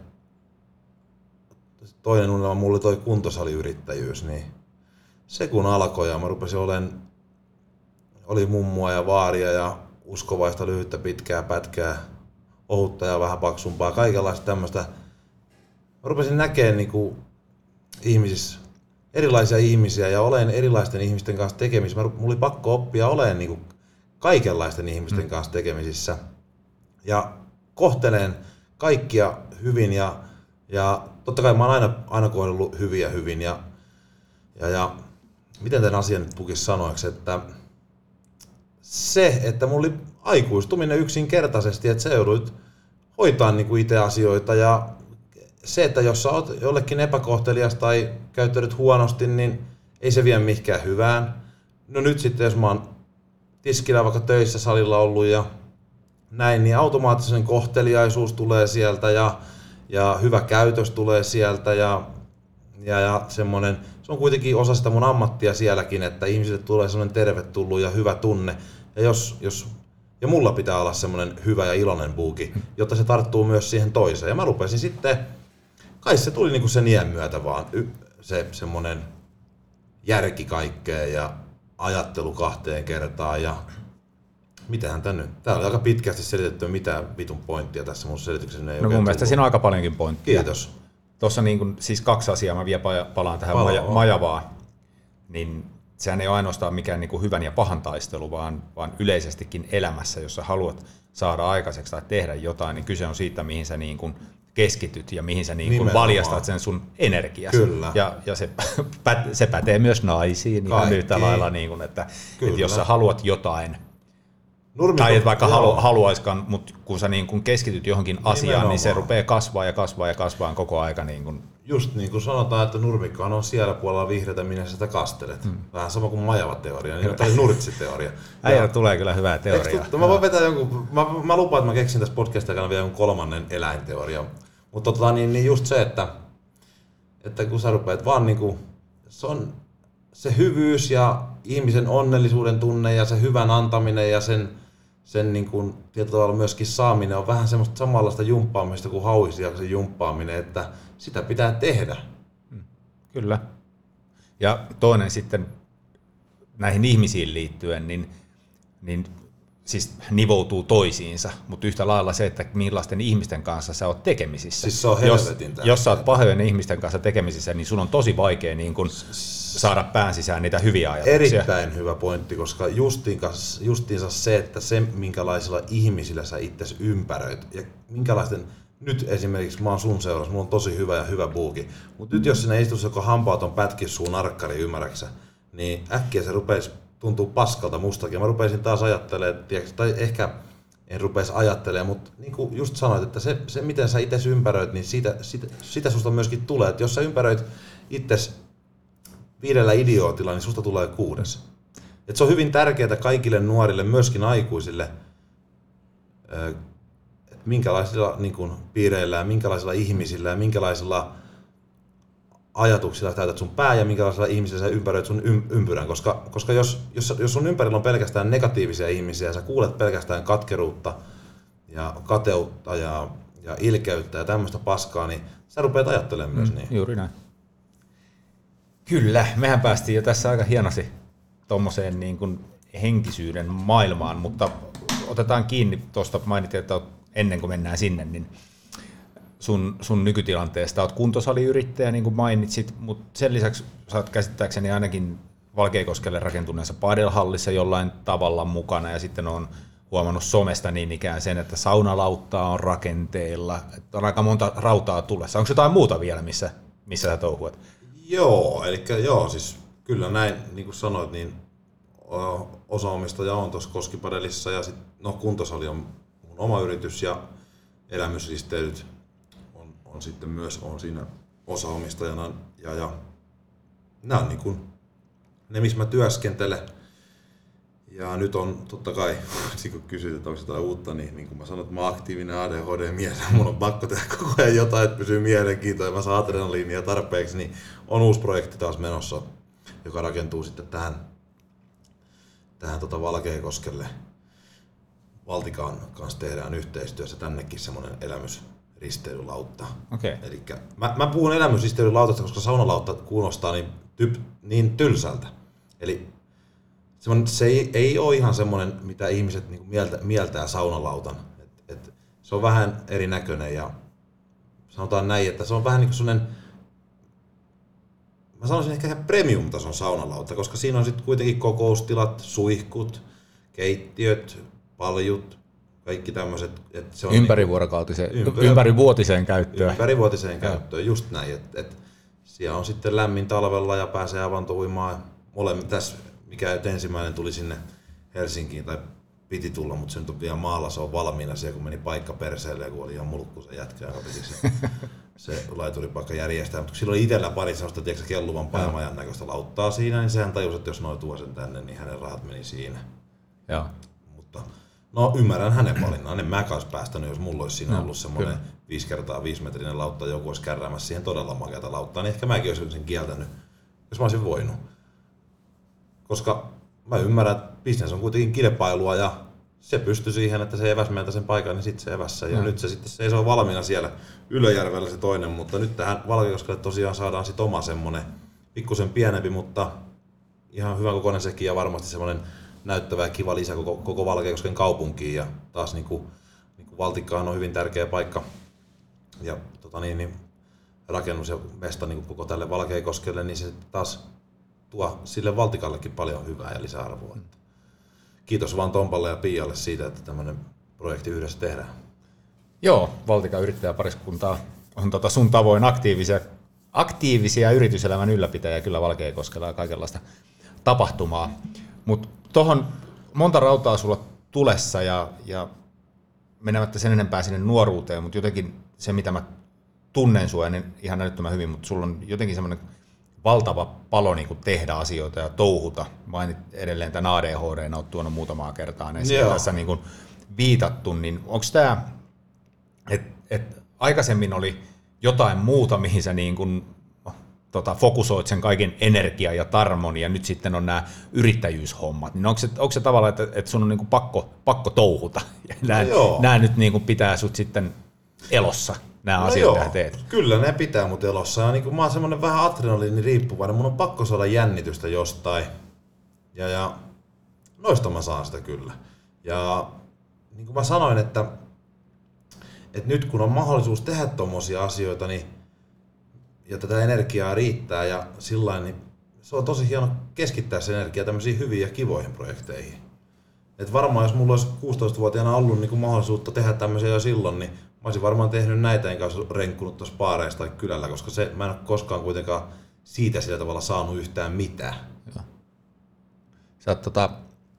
toinen unelma mulle toi kuntosaliyrittäjyys, niin se kun alkoi ja mä rupesin olemaan, oli mummua ja vaaria ja uskovaista, lyhyttä, pitkää, pätkää, ohutta ja vähän paksumpaa, kaikenlaista tämmöistä. Mä rupesin näkemään niin kuin ihmisissä erilaisia ihmisiä ja olen erilaisten ihmisten kanssa tekemisissä. Mulla oli pakko oppia olemaan niin kuin kaikenlaisten ihmisten mm. kanssa tekemisissä ja kohtelen kaikkia hyvin ja, ja totta kai mä oon aina, aina kohdellut hyviä hyvin ja, ja, ja miten tämän asian nyt pukisi sanoiksi, että se, että mulla oli aikuistuminen yksinkertaisesti, että sä joudut hoitaa niin kuin itse asioita ja se, että jos sä oot jollekin epäkohtelias tai käyttäydyt huonosti, niin ei se vie mihinkään hyvään. No nyt sitten, jos mä oon tiskillä vaikka töissä salilla ollut ja näin, niin automaattisen kohteliaisuus tulee sieltä ja, ja hyvä käytös tulee sieltä ja, ja, ja semmoinen, se on kuitenkin osa sitä mun ammattia sielläkin, että ihmisille tulee semmoinen tervetullut ja hyvä tunne. Ja, jos, jos, ja mulla pitää olla semmoinen hyvä ja iloinen buuki, jotta se tarttuu myös siihen toiseen. Ja mä rupesin sitten, kai se tuli niinku sen iän myötä vaan se semmoinen järki kaikkeen ja ajattelu kahteen kertaan ja mitähän tän nyt? Tää oli aika pitkästi selitetty, mitä vitun pointtia tässä mun selityksessä ei No mun mielestä tullut. Siinä on aika paljonkin pointtia. Kiitos. Tuossa niin kun, siis kaksi asiaa, mä vielä palaan tähän Pala- maja, majavaan, niin sehän ei ole ainoastaan mikään niin kuin hyvän ja pahan taistelu, vaan, vaan yleisestikin elämässä, jos sä haluat saada aikaiseksi tai tehdä jotain, niin kyse on siitä, mihin sä niin kuin keskityt ja mihin sä niin kuin valjastat sen sun energiasi. Kyllä. Ja, ja se, se pätee myös naisiin ihan yhtä lailla, niin kuin, että, että jos sä haluat jotain, Nurmikko, tai et vaikka halu, haluaiskaan, mutta kun sä niin kun keskityt johonkin asiaan, nimenomaan, niin se rupeaa kasvaa ja kasvaa ja kasvaa koko aika. Niin kun... Just niin kuin sanotaan, että nurmikkohan on siellä puolella vihreätä, minä sä sitä kastelet. Hmm. Vähän sama kuin majava-teoria, niin tai nurtsiteoria. Äijä tulee kyllä hyvää teoriaa. Eikö, mä voin vetää jonkun, mä, mä lupaan, että mä keksin tässä podcastin aikana vielä jonkun kolmannen eläinteoria. Mutta tota, niin, niin just se, että, että kun sä rupeat vaan niin kuin, se on se hyvyys ja ihmisen onnellisuuden tunne ja se hyvän antaminen ja sen sen niin kuin tietyllä tavalla myöskin saaminen on vähän semmoista samanlaista jumppaamista kuin hauisjaksen jumppaaminen, että sitä pitää tehdä. Kyllä. Ja toinen sitten näihin ihmisiin liittyen, niin, niin siis nivoutuu toisiinsa, mutta yhtä lailla se, että millaisten ihmisten kanssa sä oot tekemisissä. Siis se on helvetin jos, jos sä oot pahojen ihmisten kanssa tekemisissä, niin sun on tosi vaikea niin kun saada pään sisään niitä hyviä ajatuksia. Erittäin hyvä pointti, koska justiinsa, justiinsa se, että se minkälaisilla ihmisillä sä itses ympäröit ja minkälaisten, nyt esimerkiksi mä oon sun seurassa, mulla on tosi hyvä ja hyvä buuki, mutta nyt jos sinä istus joko hampaaton pätkissuun narkkari ymmärräksä, niin äkkiä se rupeisi tuntuu paskalta mustakin. Mä rupesin taas ajattelemaan, tai ehkä en rupeisi ajattelemaan, mutta niin kuin just sanoit, että se, se miten sä itse ympäröit, niin siitä, siitä, sitä susta myöskin tulee. Että jos sä ympäröit itses viidellä idiootilla, niin susta tulee kuudes. Et se on hyvin tärkeää kaikille nuorille, myöskin aikuisille, että minkälaisilla niin kuin, piireillä ja minkälaisilla ihmisillä ja minkälaisilla ajatuksilla täytät sun pää ja minkälaisilla ihmisillä sä ympäröit sun ympyrän, koska, koska jos, jos, jos sun ympärillä on pelkästään negatiivisia ihmisiä ja sä kuulet pelkästään katkeruutta ja kateutta ja, ja ilkeyttä ja tämmöistä paskaa, niin sä rupeat ajattelemaan mm, myös niin. Juuri näin. Kyllä, mehän päästiin jo tässä aika hienosti tommoseen niin kuin henkisyyden maailmaan, mutta otetaan kiinni tuosta, mainittiin, että ennen kuin mennään sinne, niin sun, sun nykytilanteesta. Olet kuntosaliyrittäjä, niin kuin mainitsit, mutta sen lisäksi sä oot käsittääkseni ainakin Valkeakoskelle rakentuneessa padelhallissa jollain tavalla mukana, ja sitten on huomannut somesta niin ikään sen, että saunalauttaa on rakenteilla, että on aika monta rautaa tullessa. Onko jotain muuta vielä, missä, missä sä touhuat? Joo, eli joo, siis kyllä näin, niin kuin sanoit, niin osaomistaja on tuossa Koskipadelissa, ja sit, no kuntosali on mun oma yritys, ja elämysristeilyt on, on sitten myös on siinä osaomistajana, ja, ja nämä on niin kuin ne, missä mä työskentelen. Ja nyt on totta kai, kun kysyt, että onko jotain uutta, niin, niin kuin mä sanon, että mä oon aktiivinen A D H D-mies, mun on pakko tehdä koko ajan jotain, että pysyy mielenkiintoinen, mä saan adrenaliinia tarpeeksi, niin on uusi projekti taas menossa, joka rakentuu sitten tähän, tähän tota Valkeakoskelle. Valtikaan kanssa tehdään yhteistyössä tännekin semmoinen elämysristeilylautta. Okay. Elikkä mä, mä puhun elämysristeilylautasta, koska saunalautta kuulostaa niin, typ, niin tylsältä. Eli se ei, ei ole ihan semmoinen, mitä ihmiset niin kuin mieltä, mieltää saunalautan. Et, et, se on vähän erinäköinen ja sanotaan näin, että se on vähän niin kuin sellainen, mä sanoisin ehkä ihan premium-tason saunalauta, koska siinä on sitten kuitenkin kokoustilat, suihkut, keittiöt, paljut, kaikki tämmöiset. Ympärivuorokautiseen, niin ympäri, ympärivuotiseen käyttöön. Ympärivuotiseen käyttöön, just näin. Et, et, siellä on sitten lämmin talvella ja pääsee avantouimaan. Molemmat tässä, mikä nyt ensimmäinen tuli sinne Helsinkiin, tai piti tulla, mutta se nyt on vielä maalla, se on valmiina siellä, kun meni paikka perseelle, kun oli ihan mulkku se jätkä, joka piti se, se laituripaikka järjestää. Mutta kun sillä oli itsellä pari sellaista, tiedätkö, kelluvan painajan näköistä lauttaa siinä, niin sehän tajusi, että jos noi tuo sen tänne, niin hänen rahat meni siinä. Joo. Mutta no ymmärrän hänen valinnaan, en mä kanssa päästänyt, jos mulla olisi siinä no, ollut semmoinen kyllä. viisi kertaa viisi metrinen lautta, joku olisi kärräämässä siihen todella makeata lauttaa, niin ehkä mäkin olisin sen kieltänyt, jos mä olisin voinut. Koska mä ymmärrän, että business on kuitenkin kilpailua ja se pystyi siihen, että se eväs meiltä sen paikan, niin sitten se evässä. Ja no. nyt se sitten seisoo valmiina siellä Ylöjärvellä se toinen, mutta nyt tähän Valkeakoskelle tosiaan saadaan sitten oma semmonen pikkusen pienempi, mutta ihan hyvän kokoinen sekin ja varmasti semmoinen näyttävä ja kiva lisä koko, koko Valkeakosken kaupunkiin. Ja taas niin kuin, niin kuin Valtikkahan on hyvin tärkeä paikka ja tota niin, niin rakennus ja mesta niin kuin koko tälle Valkeakoskelle, niin se taas tuo sille Valtikallekin paljon hyvää ja lisäarvoa. Kiitos vaan Tompalle ja Pialle siitä, että tämmöinen projekti yhdessä tehdään. Joo, Valtikan yrittäjäpariskuntaa on tota sun tavoin aktiivisia, aktiivisia yrityselämän ylläpitäjiä kyllä Valkeakoskella ja kaikenlaista tapahtumaa. Mutta tuohon monta rautaa sulla tulessa ja, ja menemättä sen enempää sinne nuoruuteen, mutta jotenkin se mitä mä tunnen sua niin ihan älyttömän hyvin, mutta sulla on jotenkin semmoinen valtava palo niin kuin tehdä asioita ja touhuta. Mainit edelleen tämän A D H D, olet tuonut muutamaa kertaa ja tässä niin kuin viitattu, niin onko tämä, että et aikaisemmin oli jotain muuta, mihin sä niin kuin, tota, fokusoit sen kaiken energia ja tarmon, ja nyt sitten on nämä yrittäjyyshommat, niin onko se, onko se tavallaan, että, että sun on niin kuin pakko, pakko touhuta, ja nämä, no nämä nyt niin kuin pitää sut sitten elossa? Nämä no asiat, joo, teet. Kyllä ne pitää mut elossa. Ja niin kun mä oon semmonen vähän adrenaliini riippuvainen, mun on pakko saada jännitystä jostain. Ja, ja noista mä saan sitä kyllä. Ja niin kuin mä sanoin, että, että nyt kun on mahdollisuus tehdä tommosia asioita, niin, ja tätä energiaa riittää ja sillain, niin se on tosi hieno keskittää se energia tämmöisiin hyviin ja kivoihin projekteihin. Et varmaan jos mulla olisi kuusitoistavuotiaana ollut niin kuin mahdollisuutta tehdä tämmöisiä jo silloin, niin mä olisin varmaan tehnyt näitä, enkä olisi renkkunut tuossa baareissa tai kylällä, koska se, mä en ole koskaan kuitenkaan siitä sillä tavalla saanut yhtään mitään. Joo. Sä oot tota,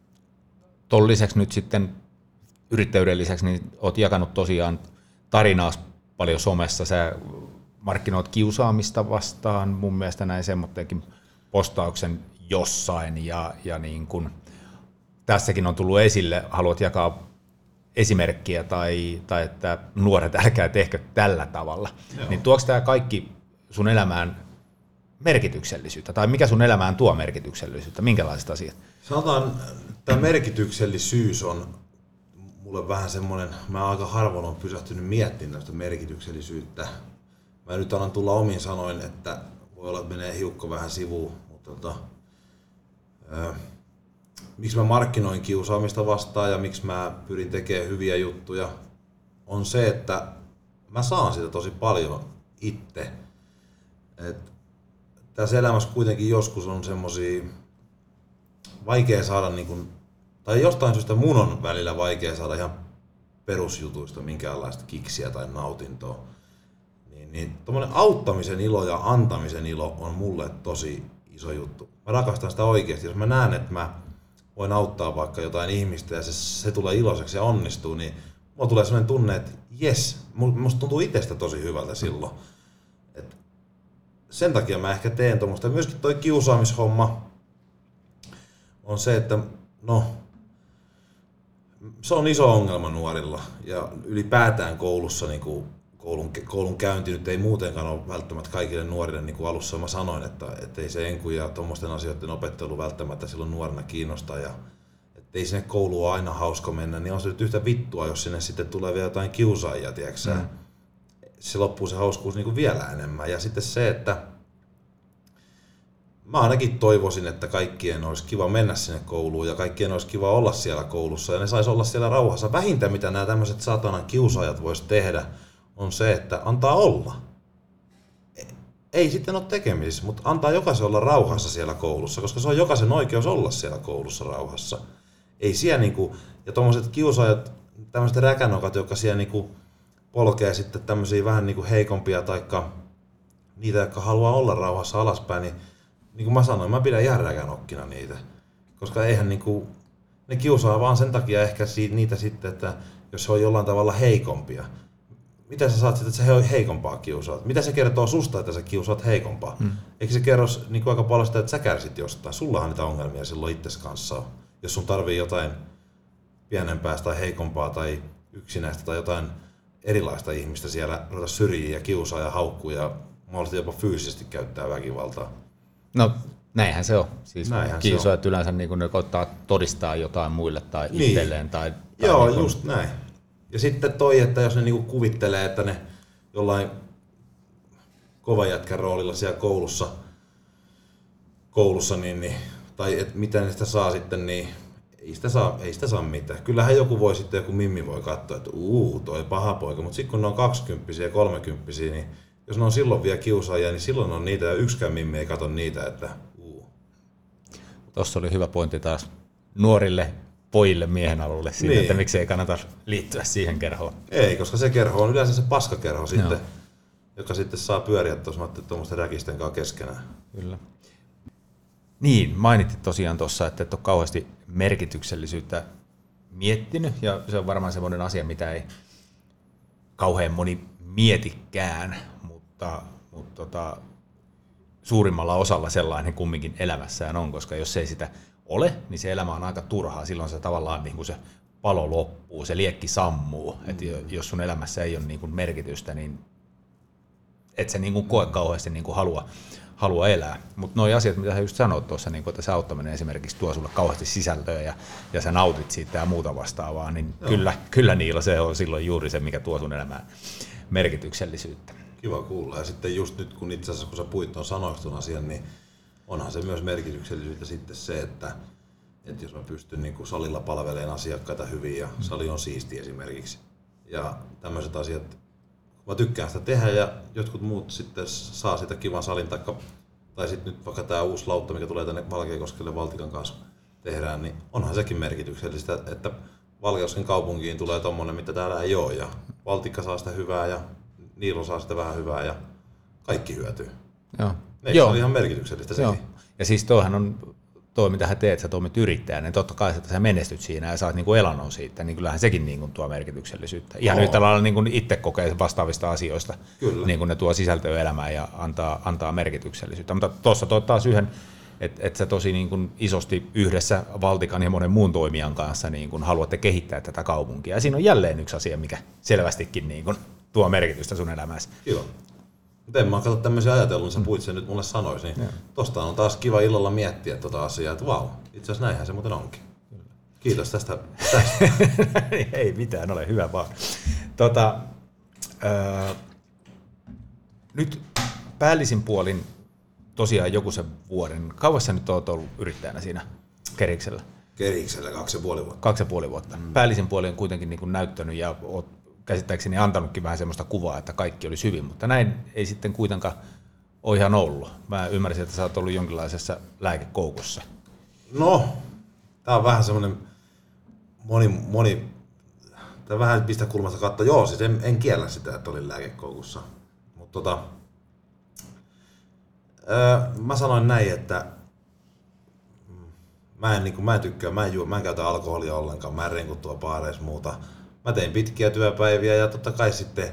ton lisäksi nyt sitten yrittäjyyden lisäksi, niin oot jakanut tosiaan tarinaa paljon somessa. Sä markkinoit kiusaamista vastaan, mun mielestä näin semmoitteenkin postauksen jossain ja, ja niin kun tässäkin on tullut esille, haluat jakaa esimerkkiä tai, tai että nuoret älkää tehkö tällä tavalla, joo, niin tuoks tämä kaikki sun elämään merkityksellisyyttä, tai mikä sun elämään tuo merkityksellisyyttä, minkälaiset asiat? Sanotaan, tämä merkityksellisyys on mulle vähän semmoinen, mä aika harvoin olen pysähtynyt miettimään tästä merkityksellisyyttä. Mä nyt annan tulla omin sanoin, että voi olla, että menee hiukka vähän sivuun, mutta tota, äh, miksi mä markkinoin kiusaamista vastaan ja miksi mä pyrin tekemään hyviä juttuja, on se, että mä saan sitä tosi paljon itse. Et tässä elämässä kuitenkin joskus on semmosia vaikea saada, niin kun, tai jostain syystä mun on välillä vaikea saada ihan perusjutuista minkäänlaista kiksiä tai nautintoa. Niin, niin tommonen auttamisen ilo ja antamisen ilo on mulle tosi iso juttu. Mä rakastan sitä oikeasti. Jos mä näen, että mä voin auttaa vaikka jotain ihmistä ja se, se tulee iloiseksi ja onnistuu, niin mulla tulee sellainen tunne, että jes, musta tuntuu itsestä tosi hyvältä silloin. Et sen takia mä ehkä teen tuommoista. Myöskin toi kiusaamishomma on se, että no, se on iso ongelma nuorilla ja ylipäätään koulussa niin kuin koulun, koulun käynti nyt ei muutenkaan ole välttämättä kaikille nuorille, niin kuin alussa mä sanoin, että, että ei se enku ja tuommoisten asioiden opettelu välttämättä silloin nuorena kiinnostaa ja että ei sinne kouluun ole aina hauska mennä, niin on se nyt yhtä vittua, jos sinne sitten tulee vielä jotain kiusaajia, tiedätkö mm. Se loppuu se hauskuus niin kuin vielä enemmän. Ja sitten se, että mä ainakin toivoisin, että kaikkien olisi kiva mennä sinne kouluun ja kaikkien olisi kiva olla siellä koulussa ja ne saisi olla siellä rauhassa. Vähintä mitä nämä tämmöiset satanan kiusaajat vois tehdä on se, että antaa olla. Ei sitten ole tekemisissä, mutta antaa jokaisen olla rauhassa siellä koulussa, koska se on jokaisen oikeus olla siellä koulussa rauhassa. Ei siellä niinku, ja tommoset kiusaajat, tämmöiset räkänokat, jotka siellä niinku polkee sitten tämmöisiä vähän niinku heikompia taikka niitä, jotka haluaa olla rauhassa alaspäin, niin niin kuin mä sanoin, mä pidän ihan räkänokkina niitä. Koska eihän niinku, ne kiusaa vaan sen takia ehkä siitä, niitä sitten, että jos se on jollain tavalla heikompia. Mitä sä saat sitten, että sä heikompaa kiusaat? Mitä se kertoo susta, että sä kiusaat heikompaa? Hmm. Eikö se kerro niin aika paljon sitä, että sä kärsit jostain? Sullahan niitä ongelmia silloin itses kanssa on. Jos sun tarvii jotain pienempää tai heikompaa tai yksinäistä tai jotain erilaista ihmistä siellä ruveta syrjiä ja kiusaa ja haukkuu ja mahdollisesti jopa fyysisesti käyttää väkivaltaa. No näinhän se on. Siis kiusaajat on. Yleensä niin ne koittaa todistaa jotain muille tai niin. itselleen. Tai, tai Joo, niin kuin... just näin. Ja sitten toi, että jos ne niinku kuvittelee, että ne jollain kovan jätkän roolilla siellä koulussa, koulussa niin, niin, tai et miten ne sitä saa sitten, niin ei sitä saa, ei sitä saa mitään. Kyllähän joku voi sitten, joku mimmi voi katsoa, että uu, toi paha poika, mutta sitten kun ne on kaksikymppisiä ja kolmekymppisiä, niin jos ne on silloin vielä kiusaajia, niin silloin on niitä ja yksikään mimmi ei katso niitä, että uu. Tuossa oli hyvä pointti taas nuorille pojille miehen alulle siitä, niin. Että miksi ei kannata liittyä siihen kerhoon. Ei, koska se kerho on yleensä se paskakerho sitten, joka sitten saa pyöriä tuommoisten räkisten kanssa keskenään. Kyllä. Niin, mainitsit tosiaan tuossa, että et ole kauheasti merkityksellisyyttä miettinyt, ja se on varmaan semmoinen asia, mitä ei kauhean moni mietikään, mutta, mutta tota, suurimmalla osalla sellainen kumminkin elämässään on, koska jos ei sitä ole, niin se elämä on aika turhaa. Silloin se tavallaan niin kuin se palo loppuu, se liekki sammuu. Mm. Et jos sun elämässä ei ole niin kuin merkitystä, niin et sä niin kuin koe kauheasti niin kuin halua, halua elää. Mutta nuo asiat, mitä sä just sanoit tuossa, niin että se auttaminen esimerkiksi tuo sulle kauheasti sisältöä ja, ja sä nautit siitä ja muuta vastaavaa, niin kyllä, kyllä niillä se on silloin juuri se, mikä tuo sun elämään merkityksellisyyttä. Kiva kuulla. Ja sitten just nyt, kun itse asiassa kun sä puhuit tuon sanoistun asian, niin onhan se myös merkityksellisyyttä sitten se, että, että jos mä pystyn niin kuin salilla palvelemaan asiakkaita hyvin ja sali on siisti esimerkiksi. Ja tämmöiset asiat, mä tykkään sitä tehdä ja jotkut muut sitten saa sitä kivan salin, taikka, tai sitten nyt vaikka tämä uusi lautta, mikä tulee tänne Valkeakoskelle Valtikan kanssa tehdään, niin onhan sekin merkityksellistä, että Valkeakosken kaupunkiin tulee tommonen, mitä täällä ei ole ja Valtikka saa sitä hyvää ja Niilo saa sitä vähän hyvää ja kaikki hyötyy. Joo. Eikö Joo. se ole ihan merkityksellistä sekin? Joo. Ja siis toihan on, toi mitä sä teet, sä toimit yrittäjänä, niin totta kai että sä menestyt siinä ja saat niinku elannon siitä, niin kyllähän sekin niinku tuo merkityksellisyyttä. Ihan yhtä lailla niinku itse kokee vastaavista asioista, niin kuin ne tuo sisältöä elämään ja antaa, antaa merkityksellisyyttä. Mutta tuossa toi taas yhden, että et sä tosi niinku isosti yhdessä Valtikan ja monen muun toimijan kanssa niinku haluatte kehittää tätä kaupunkia. Ja siinä on jälleen yksi asia, mikä selvästikin niinku tuo merkitystä sun elämässä. Kiva. Mutta en mä katso tämmöisiä ajatellut, niin sä puhuit sen nyt mulle sanois, niin ja. Tosta on taas kiva illalla miettiä tuota asiaa, että vau, itse asiassa näinhän se muuten onkin. Kyllä. Kiitos tästä. tästä. Ei mitään, ole hyvä vaan. Tota, öö, nyt päällisin puolin tosiaan joku sen vuoden, kauas sä nyt oot ollut yrittäjänä siinä Keriksellä? Keriksellä kaksi ja puoli vuotta. Kaksi ja puoli vuotta. Mm. Päällisin puoli on kuitenkin niin kuin näyttänyt ja oot käsittääkseni antanutkin vähän semmoista kuvaa, että kaikki olisi hyvin, mutta näin ei sitten kuitenkaan ole ihan ollut. Mä ymmärsin, että sä oot ollut jonkinlaisessa lääkekoukussa. No, tää on vähän semmoinen moni, moni tää vähän pistä kulmasta katsoa. Joo, siis en, en kiellä sitä, että olin lääkekoukussa. Mutta tota, öö, mä sanoin näin, että mä en, niin kuin, mä en tykkää, mä en, juo, mä en käytä alkoholia ollenkaan, mä en renku tuolla baareissa muuta. Mä tein pitkiä työpäiviä ja totta kai sitten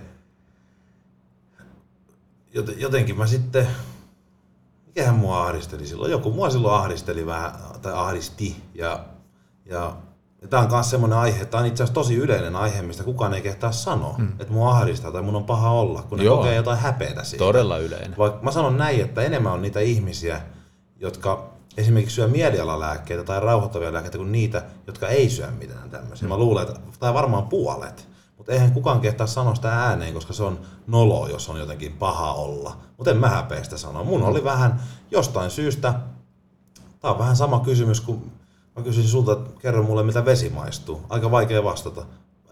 jotenkin mä sitten, mikähän mua ahdisteli silloin, joku mua silloin ahdisteli vähän, tai ahdisti ja, ja, ja tää on myös semmoinen aihe, tää on itse asiassa tosi yleinen aihe, mistä kukaan ei kehtaa sanoa, hmm. että mua ahdistaa tai mun on paha olla, kun ne Joo. kokee jotain häpeätä siitä. Todella yleinen. Vaikka mä sanon näin, että enemmän on niitä ihmisiä, jotka esimerkiksi syö mielialalääkkeitä tai rauhoittavia lääkkeitä kuin niitä, jotka ei syö mitään tämmöisiä. Mm. Mä luulen, että tai varmaan puolet. Mutta eihän kukaan kehtaa sanoa sitä ääneen, koska se on nolo, jos on jotenkin paha olla. Mutta en mä häpeä sitä sanoa. Mun oli vähän jostain syystä, tää on vähän sama kysymys, kun mä kysyisin sulta, että kerro mulle mitä vesi maistuu. Aika vaikea vastata.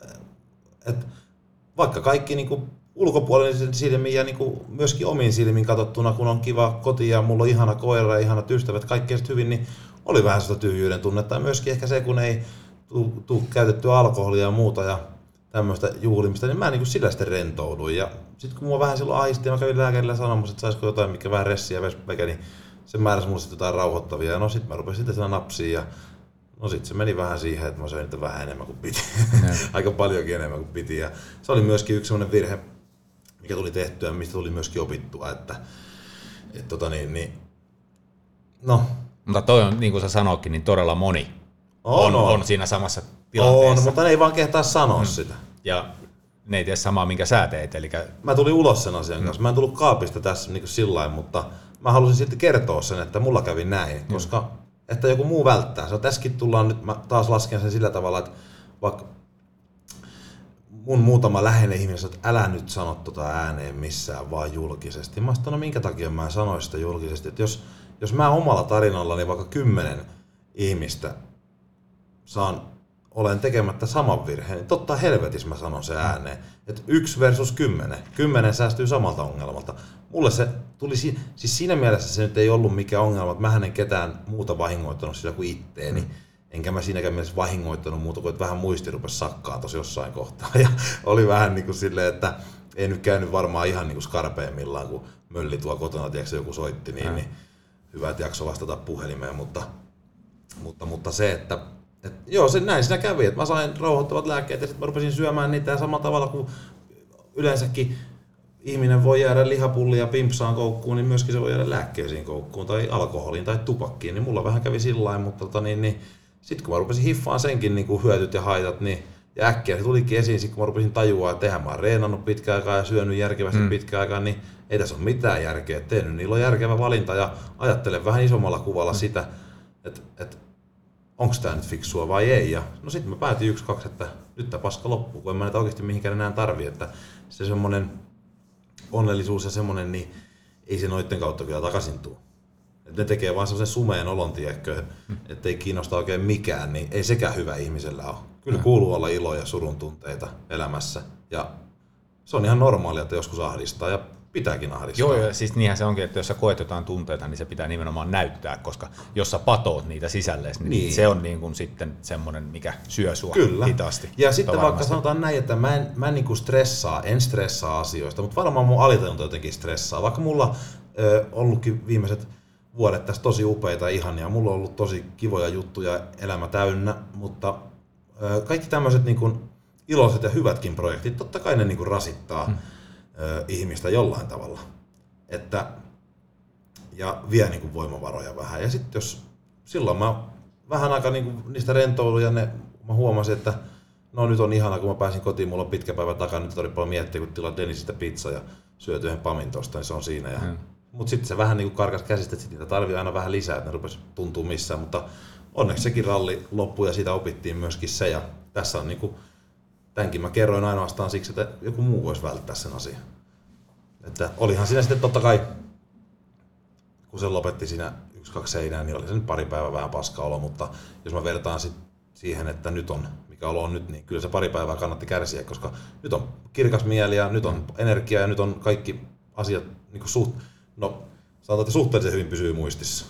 Et vaikka kaikki niinku ulkopuolinen silmin ja niinku myöskin omiin silmin katsottuna, kun on kiva koti ja mulla on ihana koira ja ihanat ystävät, kaikki hyvin, niin oli vähän sitä tyhjyyden tunnetta. Ja myöskin ehkä se, kun ei tule käytettyä alkoholia ja muuta ja tämmöistä juhlimista, niin mä niinku sillä sitten rentouduin. Ja sitten kun mua vähän silloin ahisti ja mä kävin lääkärillä sanomassa, että saisiko jotain, mikä vähän ressiä ja vespäkä, niin se määräsi mulle sitten jotain rauhoittavia. Ja no sit mä rupesin sitten siellä napsiin ja no sit se meni vähän siihen, että mä söin niitä vähän enemmän kuin piti. Aika paljonkin enemmän kuin piti. Ja se oli myöskin yksi sellainen virhe, mikä tuli tehtyä, mistä tuli myöskin opittua, että et tota niin, niin no. Mutta toi on, niin kuin sä sanoitkin, niin todella moni on, on, on siinä samassa tilanteessa. On, mutta ne ei vaan kehtaa sanoa mm. sitä. Ja ne ei tee samaa, minkä sä teet. Eli... Mä tulin ulos sen asian kanssa. Mä en tullut kaapista tässä niin sillä lailla, mutta mä halusin sitten kertoa sen, että mulla kävi näin, mm. koska että joku muu välttää. Se tässäkin tullaan nyt, mä taas lasken sen sillä tavalla, että vaikka mun muutama läheinen ihminen sanoo, että älä nyt sano tota ääneen missään, vaan julkisesti. Mä sanoin, no minkä takia mä sanoin sitä julkisesti, että jos, jos mä omalla tarinallani vaikka kymmenen ihmistä saan, olen tekemättä saman virheen, niin totta helvetissä mä sanon se ääneen. Että yksi versus kymmenen. Kymmenen säästyy samalta ongelmalta. Mulle se tuli, si- siis siinä mielessä se nyt ei ollut mikään ongelma, että mä en ketään muuta vahingoittanut sillä kuin itteeni. Mm. Enkä mä siinäkään mielessä vahingoittanut muuta kuin, että vähän muisti rupesi sakkaan tossa jossain kohtaa. Ja oli vähän niin kuin silleen, että ei nyt käynyt varmaan ihan niin kuin skarpeimmillaan, kun mölli tuo kotona, tiedätkö, joku soitti, niin, niin hyvä, että jakso vastata puhelimeen. Mutta, mutta, mutta se, että et, joo, se, näin siinä kävi, että mä sain rauhoittavat lääkkeet ja sitten mä rupesin syömään niitä ja samalla tavalla kuin yleensäkin ihminen voi jäädä lihapullia ja pimpsaan koukkuun, niin myöskin se voi jäädä lääkkeisiin koukkuun tai alkoholiin tai tupakkiin, niin mulla vähän kävi sillain, mutta tota, niin, niin, sitten kun mä rupesin hiffaan senkin niin kuin hyötyt ja haitat, niin ja äkkiä se tulikin esiin, sit kun mä rupesin tajua, että eihän mä oon reenannut pitkään aikaa ja syönyt järkevästi mm. pitkään aikaa, niin ei tässä ole mitään järkeä tehnyt. Niillä on järkevä valinta ja ajattelen vähän isommalla kuvalla mm. sitä, että, että onko tämä nyt fiksua vai ei. Ja no sitten mä päätin yksi, kaksi, että nyt tää paska loppuu, kun en mä näitä oikeasti mihinkään enää tarvii. Että se semmonen onnellisuus ja semmonen, niin ei se noitten kautta kyllä takaisin tuu. Et ne tekee vaan semmoisen sumeen olon, tiedätkö, mm. ettei kiinnosta oikein mikään, niin ei sekään hyvä ihmisellä ole. Kyllä mm. kuuluu olla ilo ja surun tunteita elämässä. Ja se on ihan normaalia, että joskus ahdistaa ja pitääkin ahdistaa. Joo, ja siis niinhän se onkin, että jos sä koet jotain tunteita, niin se pitää nimenomaan näyttää, koska jos sä patoot niitä sisälle, niin, niin. se on niin kuin sitten semmoinen, mikä syö sua Kyllä. hitaasti. Ja sitten varmasti. Vaikka sanotaan näin, että mä en, mä en niin kuin stressaa, en stressaa asioista, mutta varmaan mun alitajunta jotenkin stressaa. Vaikka mulla ö, ollutkin viimeiset vuodet tässä tosi upeita ihania, mulla on ollut tosi kivoja juttuja, elämä täynnä, mutta ö, kaikki tämmöiset niin kuin iloiset ja hyvätkin projektit, totta kai ne niin kuin rasittaa hmm. ö, ihmistä jollain tavalla. Että, ja vie niin kuin voimavaroja vähän. Ja sitten jos silloin mä vähän aikaa niin kuin niistä rentouduin ja ne, mä huomasin, että no nyt on ihana, kun mä pääsin kotiin, mulla on pitkä päivä takana, nyt tarvitsee paljon miettiä, kun tilaa Denisistä pizza ja syöt yhden pamin tosta, niin se on siinä. Ja hmm. Mutta sitten se vähän niin kuin karkas käsistä, että niitä tarvii aina vähän lisää, että ne rupesi tuntuu missään. Mutta onneksi sekin ralli loppui ja siitä opittiin myöskin se. Ja tässä on niin kuin, tämänkin mä kerroin ainoastaan siksi, että joku muu voisi välttää sen asian. Että olihan siinä sitten totta kai, kun se lopetti siinä yksi, kaksi seinää, niin oli se nyt pari päivää vähän paska olo. Mutta jos mä vertaan sit siihen, että nyt on, mikä olo on nyt, niin kyllä se pari päivää kannatti kärsiä, koska nyt on kirkas mieli ja nyt on energia ja nyt on kaikki asiat niin kuin suht. No, sanotaan, että suhteellisen hyvin pysyy muistissa.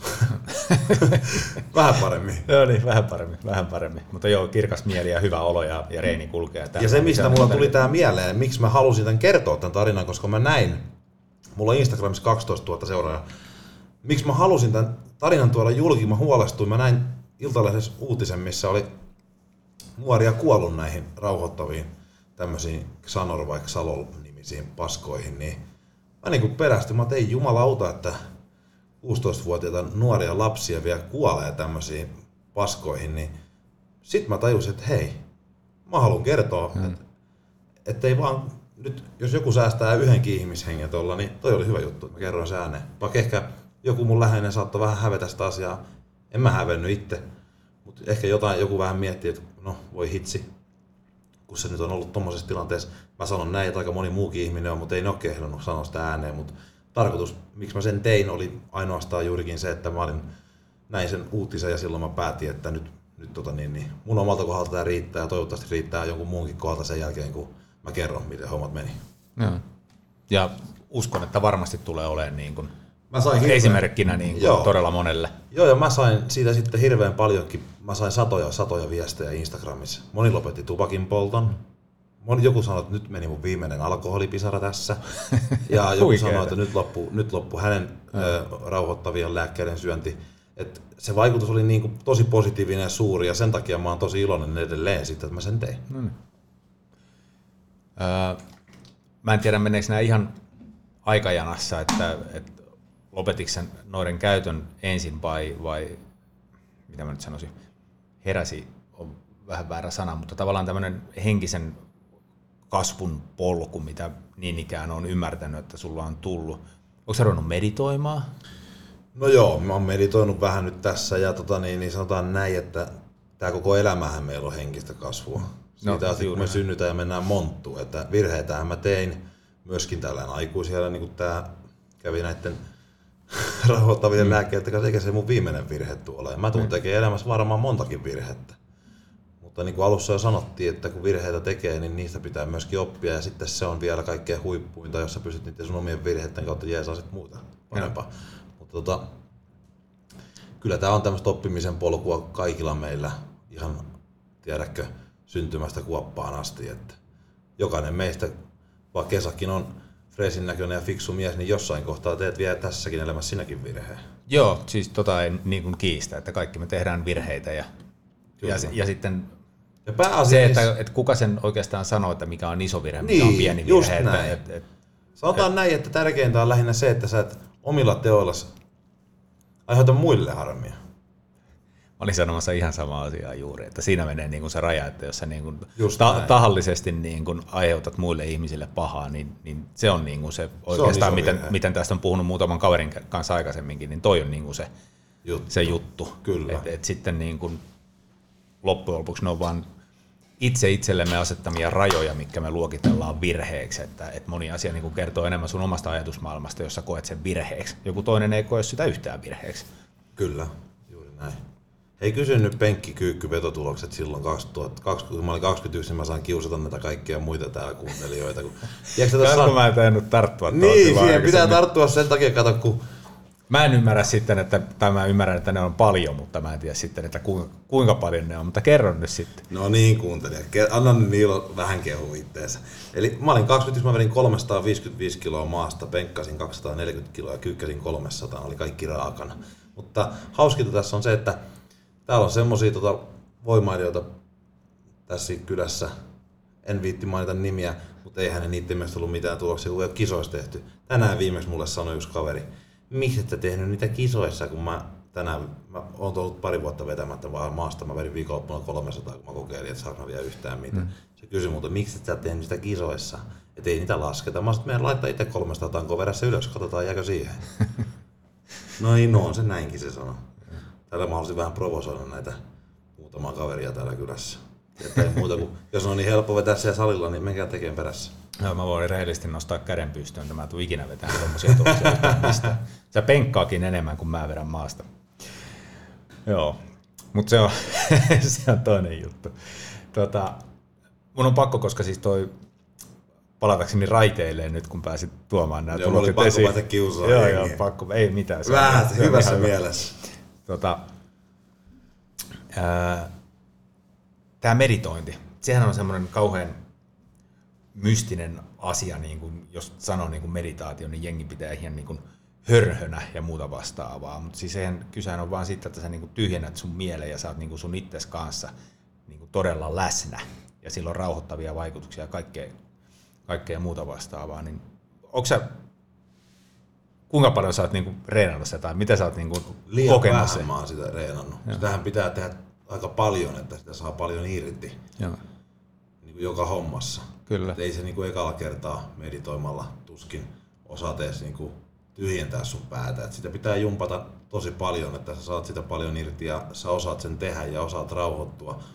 Vähän paremmin. Joo niin, vähän paremmin, vähän paremmin. Mutta joo, kirkas mieli ja hyvä olo ja, ja reini kulkee. Ja se, mistä mulla tuli tää mieleen, miksi mä halusin tämän kertoa tämän tarinan, koska mä näin, mulla on Instagramissa kaksitoistatuhatta seuraajaa, miksi mä halusin tämän tarinan tuoda julki, mä huolestuin, mä näin Iltalehdessä uutisen, missä oli nuoria kuollut näihin rauhoittaviin tämmöisiin Xanor vai Xalol-nimisiin paskoihin, niin mä niin kuin perästyin, mä tein jumalauta, että kuusitoistavuotiaita nuoria lapsia vielä kuolee tämmöisiin paskoihin, niin sit mä tajusin, että hei, mä haluan kertoa, hmm. että, että ei vaan, nyt jos joku säästää yhdenkin ihmishengen tuolla, niin toi oli hyvä juttu, että mä kerroin se ääneen. Vaikka ehkä joku mun läheinen saattoi vähän hävetä sitä asiaa, en mä hävennyt itse, mutta ehkä jotain, joku vähän miettii, että no voi hitsi, kun se nyt on ollut tuommoisessa tilanteessa, mä sanon näin, että aika moni muukin ihminen on, mutta ei ne ole kehdannut sanoa sitä ääneen, mutta tarkoitus, miksi mä sen tein, oli ainoastaan juurikin se, että mä olin näin sen uutisen ja silloin mä päätin, että nyt, nyt tota niin, niin mun omalta kohdalta tämä riittää ja toivottavasti riittää jonkun muunkin kohdalta sen jälkeen, kun mä kerron, miten hommat meni. Ja, ja uskon, että varmasti tulee olemaan niin kuin mä sain hirveän, esimerkkinä niin kuin todella monelle. Joo, ja mä sain siitä sitten hirveän paljonkin, mä sain satoja satoja viestejä Instagramissa. Moni lopetti tupakin polton. Moni, joku sanoi, että nyt meni mun viimeinen alkoholipisara tässä. Ja joku sanoi, että nyt loppu, nyt loppu hänen ö, rauhoittavien lääkkeiden syönti. Et se vaikutus oli niin kuin tosi positiivinen ja suuri, ja sen takia mä oon tosi iloinen edelleen siitä, että mä sen tein. No niin. öö, mä en tiedä, meneekö nämä ihan aikajanassa, että, että lopetitko sen noiden käytön ensin vai, vai mitä mä nyt sanoisin, heräsi on vähän väärä sana, mutta tavallaan tämmöinen henkisen kasvun polku, mitä niin ikään on ymmärtänyt, että sulla on tullut. Onko sä ruvennut meditoimaan? No joo, mä oon meditoinut vähän nyt tässä ja tota niin, niin sanotaan näin, että tää koko elämähän meillä on henkistä kasvua. Siitä no, asti kun me synnytään ja mennään monttuun, että virheitähän mä tein myöskin tällainen aikuisia, niin kuin tää kävi näiden rauhoittavien mm. lääkkeiden kanssa, eikä se mun viimeinen virhe tuolla. Mä tuun mm. tekemään elämässä varmaan montakin virhettä. Mutta niin kuin alussa jo sanottiin, että kun virheitä tekee, niin niistä pitää myöskin oppia ja sitten se on vielä kaikkein huippuinta, jos sä pystyt niiden sun omien virheiden kautta jeesaa sit muuta parempaa. Mutta tota, kyllä tää on tämmöistä oppimisen polkua kaikilla meillä ihan, tiedätkö, syntymästä kuoppaan asti, että jokainen meistä, vaikka Kesakin on freesin näköinen ja fiksu mies, niin jossain kohtaa teet vielä tässäkin elämässä sinäkin virheen. Joo, siis tota ei niin kuin kiistä, että kaikki me tehdään virheitä ja, ja, ja sitten ja se, että, että kuka sen oikeastaan sanoo, että mikä on iso virhe, niin, mikä on pieni virhe. Että, että, että, Sanotaan että, näin, että tärkeintä on lähinnä se, että sä et omilla teoillasi aiheuta muille harmia. Mä olin sanomassa ihan samaa asiaa juuri, että siinä menee niin kuin se raja, että jos sä niin kuin ta- tahallisesti niin kuin aiheutat muille ihmisille pahaa, niin, niin se on niin kuin se oikeastaan, se miten, miten tästä on puhunut muutaman kaverin kanssa aikaisemminkin, niin toi on niin kuin se juttu. Se juttu. Kyllä. Et, et sitten niin kuin loppujen lopuksi ne on vaan itse itsellemme asettamia rajoja, mitkä me luokitellaan virheeksi, että, että moni asia niin kuin kertoo enemmän sun omasta ajatusmaailmasta, jos sä koet sen virheeksi. Joku toinen ei koe sitä yhtään virheeksi. Kyllä, juuri näin. Hei, kysyn nyt penkkikyykky-vetotulokset silloin kaksituhattakaksi, kun mä olin kaksikymmentäyksi, niin mä saan kiusata näitä kaikkia muita täällä kuuntelijoita. Kun... Saanko mä en tainnut tarttua? Niin, siihen pitää tarttua sen takia, kato kun... Mä en ymmärrä sitten, että, tai mä ymmärrän, että ne on paljon, mutta mä en tiedä sitten, että kuinka paljon ne on, mutta kerron nyt sitten. No niin, kuuntelija. Anna nyt niillä vähän kehu itteensä. Eli mä olin kaksikymmentä, mä vedin kolmesataaviisikymmentäviisi kiloa maasta, penkkasin kaksisataaneljäkymmentä kiloa ja kyykkäsin kolmesataa, oli kaikki raakana. Mutta hauskinta tässä on se, että täällä on semmosia tota, voimailijoita tässä kylässä, en viitti mainita nimiä, mutta eihän ne niiden mielestä ollut mitään tuloksia, kun ei ole kisoissa tehty. Tänään viimeksi mulle sanoi yksi kaveri, miksi ette tehnyt niitä kisoissa, kun mä tänään, mä oon ollut pari vuotta vetämättä vaan maasta, mä vedin viikonloppuna kolmesataa, kun mä kokeilin, että saanko vielä yhtään mitään. Mm. Se kysyi multa, miksi et sä tehnyt sitä kisoissa, että ei niitä lasketa. Mä sanoin, että meidän laittaa itse kolmesataa tankoa verässä ylös, katsotaan jääkö siihen. No ei, no on se näinkin se sanoi. Täällä mä haluaisin vähän provosoida näitä muutamaa kaveria täällä kylässä. Että ei muuta kuin, jos on niin helppo vetää siellä salilla, niin menkää tekemään perässä. Joo, mä voin rehellisesti nostaa käden pystyyn, että mä en tule ikinä vetämään tommosia tuloksia. Sä penkkaakin enemmän kuin mä vedän maasta. Joo, mutta se on, se on toinen juttu. Tota, mun on pakko, koska siis toi palatakseni raiteille nyt, kun pääsit tuomaan nämä tulokset esiin. Joo, pakko kiusaa. Joo, joo, pakko, ei mitään. Vähän hyvässä mielessä. Tota, tämä meditointi, sehän on semmoinen kauhean mystinen asia, niin kuin, jos sanoo niin kuin meditaatio, niin jengi pitää ihan niin kuin hörhönä ja muuta vastaavaa, mutta siis eihän kysehän on vaan siitä, että sä niin kuin tyhjennät sun mieleen ja sä oot niin kuin sun itses kanssa niin kuin todella läsnä ja sillä on rauhoittavia vaikutuksia ja kaikkea, kaikkea muuta vastaavaa, niin onko sä, kuinka paljon sä oot niin kuin reenannut sitä tai mitä sä oot niin kuin liian kokenut vähän sen? Mä oon sitä reenannut. Joo. Sitähän pitää tehdä aika paljon, että sitä saa paljon irti. Joo. Niin kuin joka hommassa. Kyllä. Ei se niin kuin ekalla kertaa meditoimalla tuskin osaat edes niin kuin tyhjentää sun päätä. Et sitä pitää jumpata tosi paljon, että sä saat sitä paljon irti ja sä osaat sen tehdä ja osaat rauhoittua.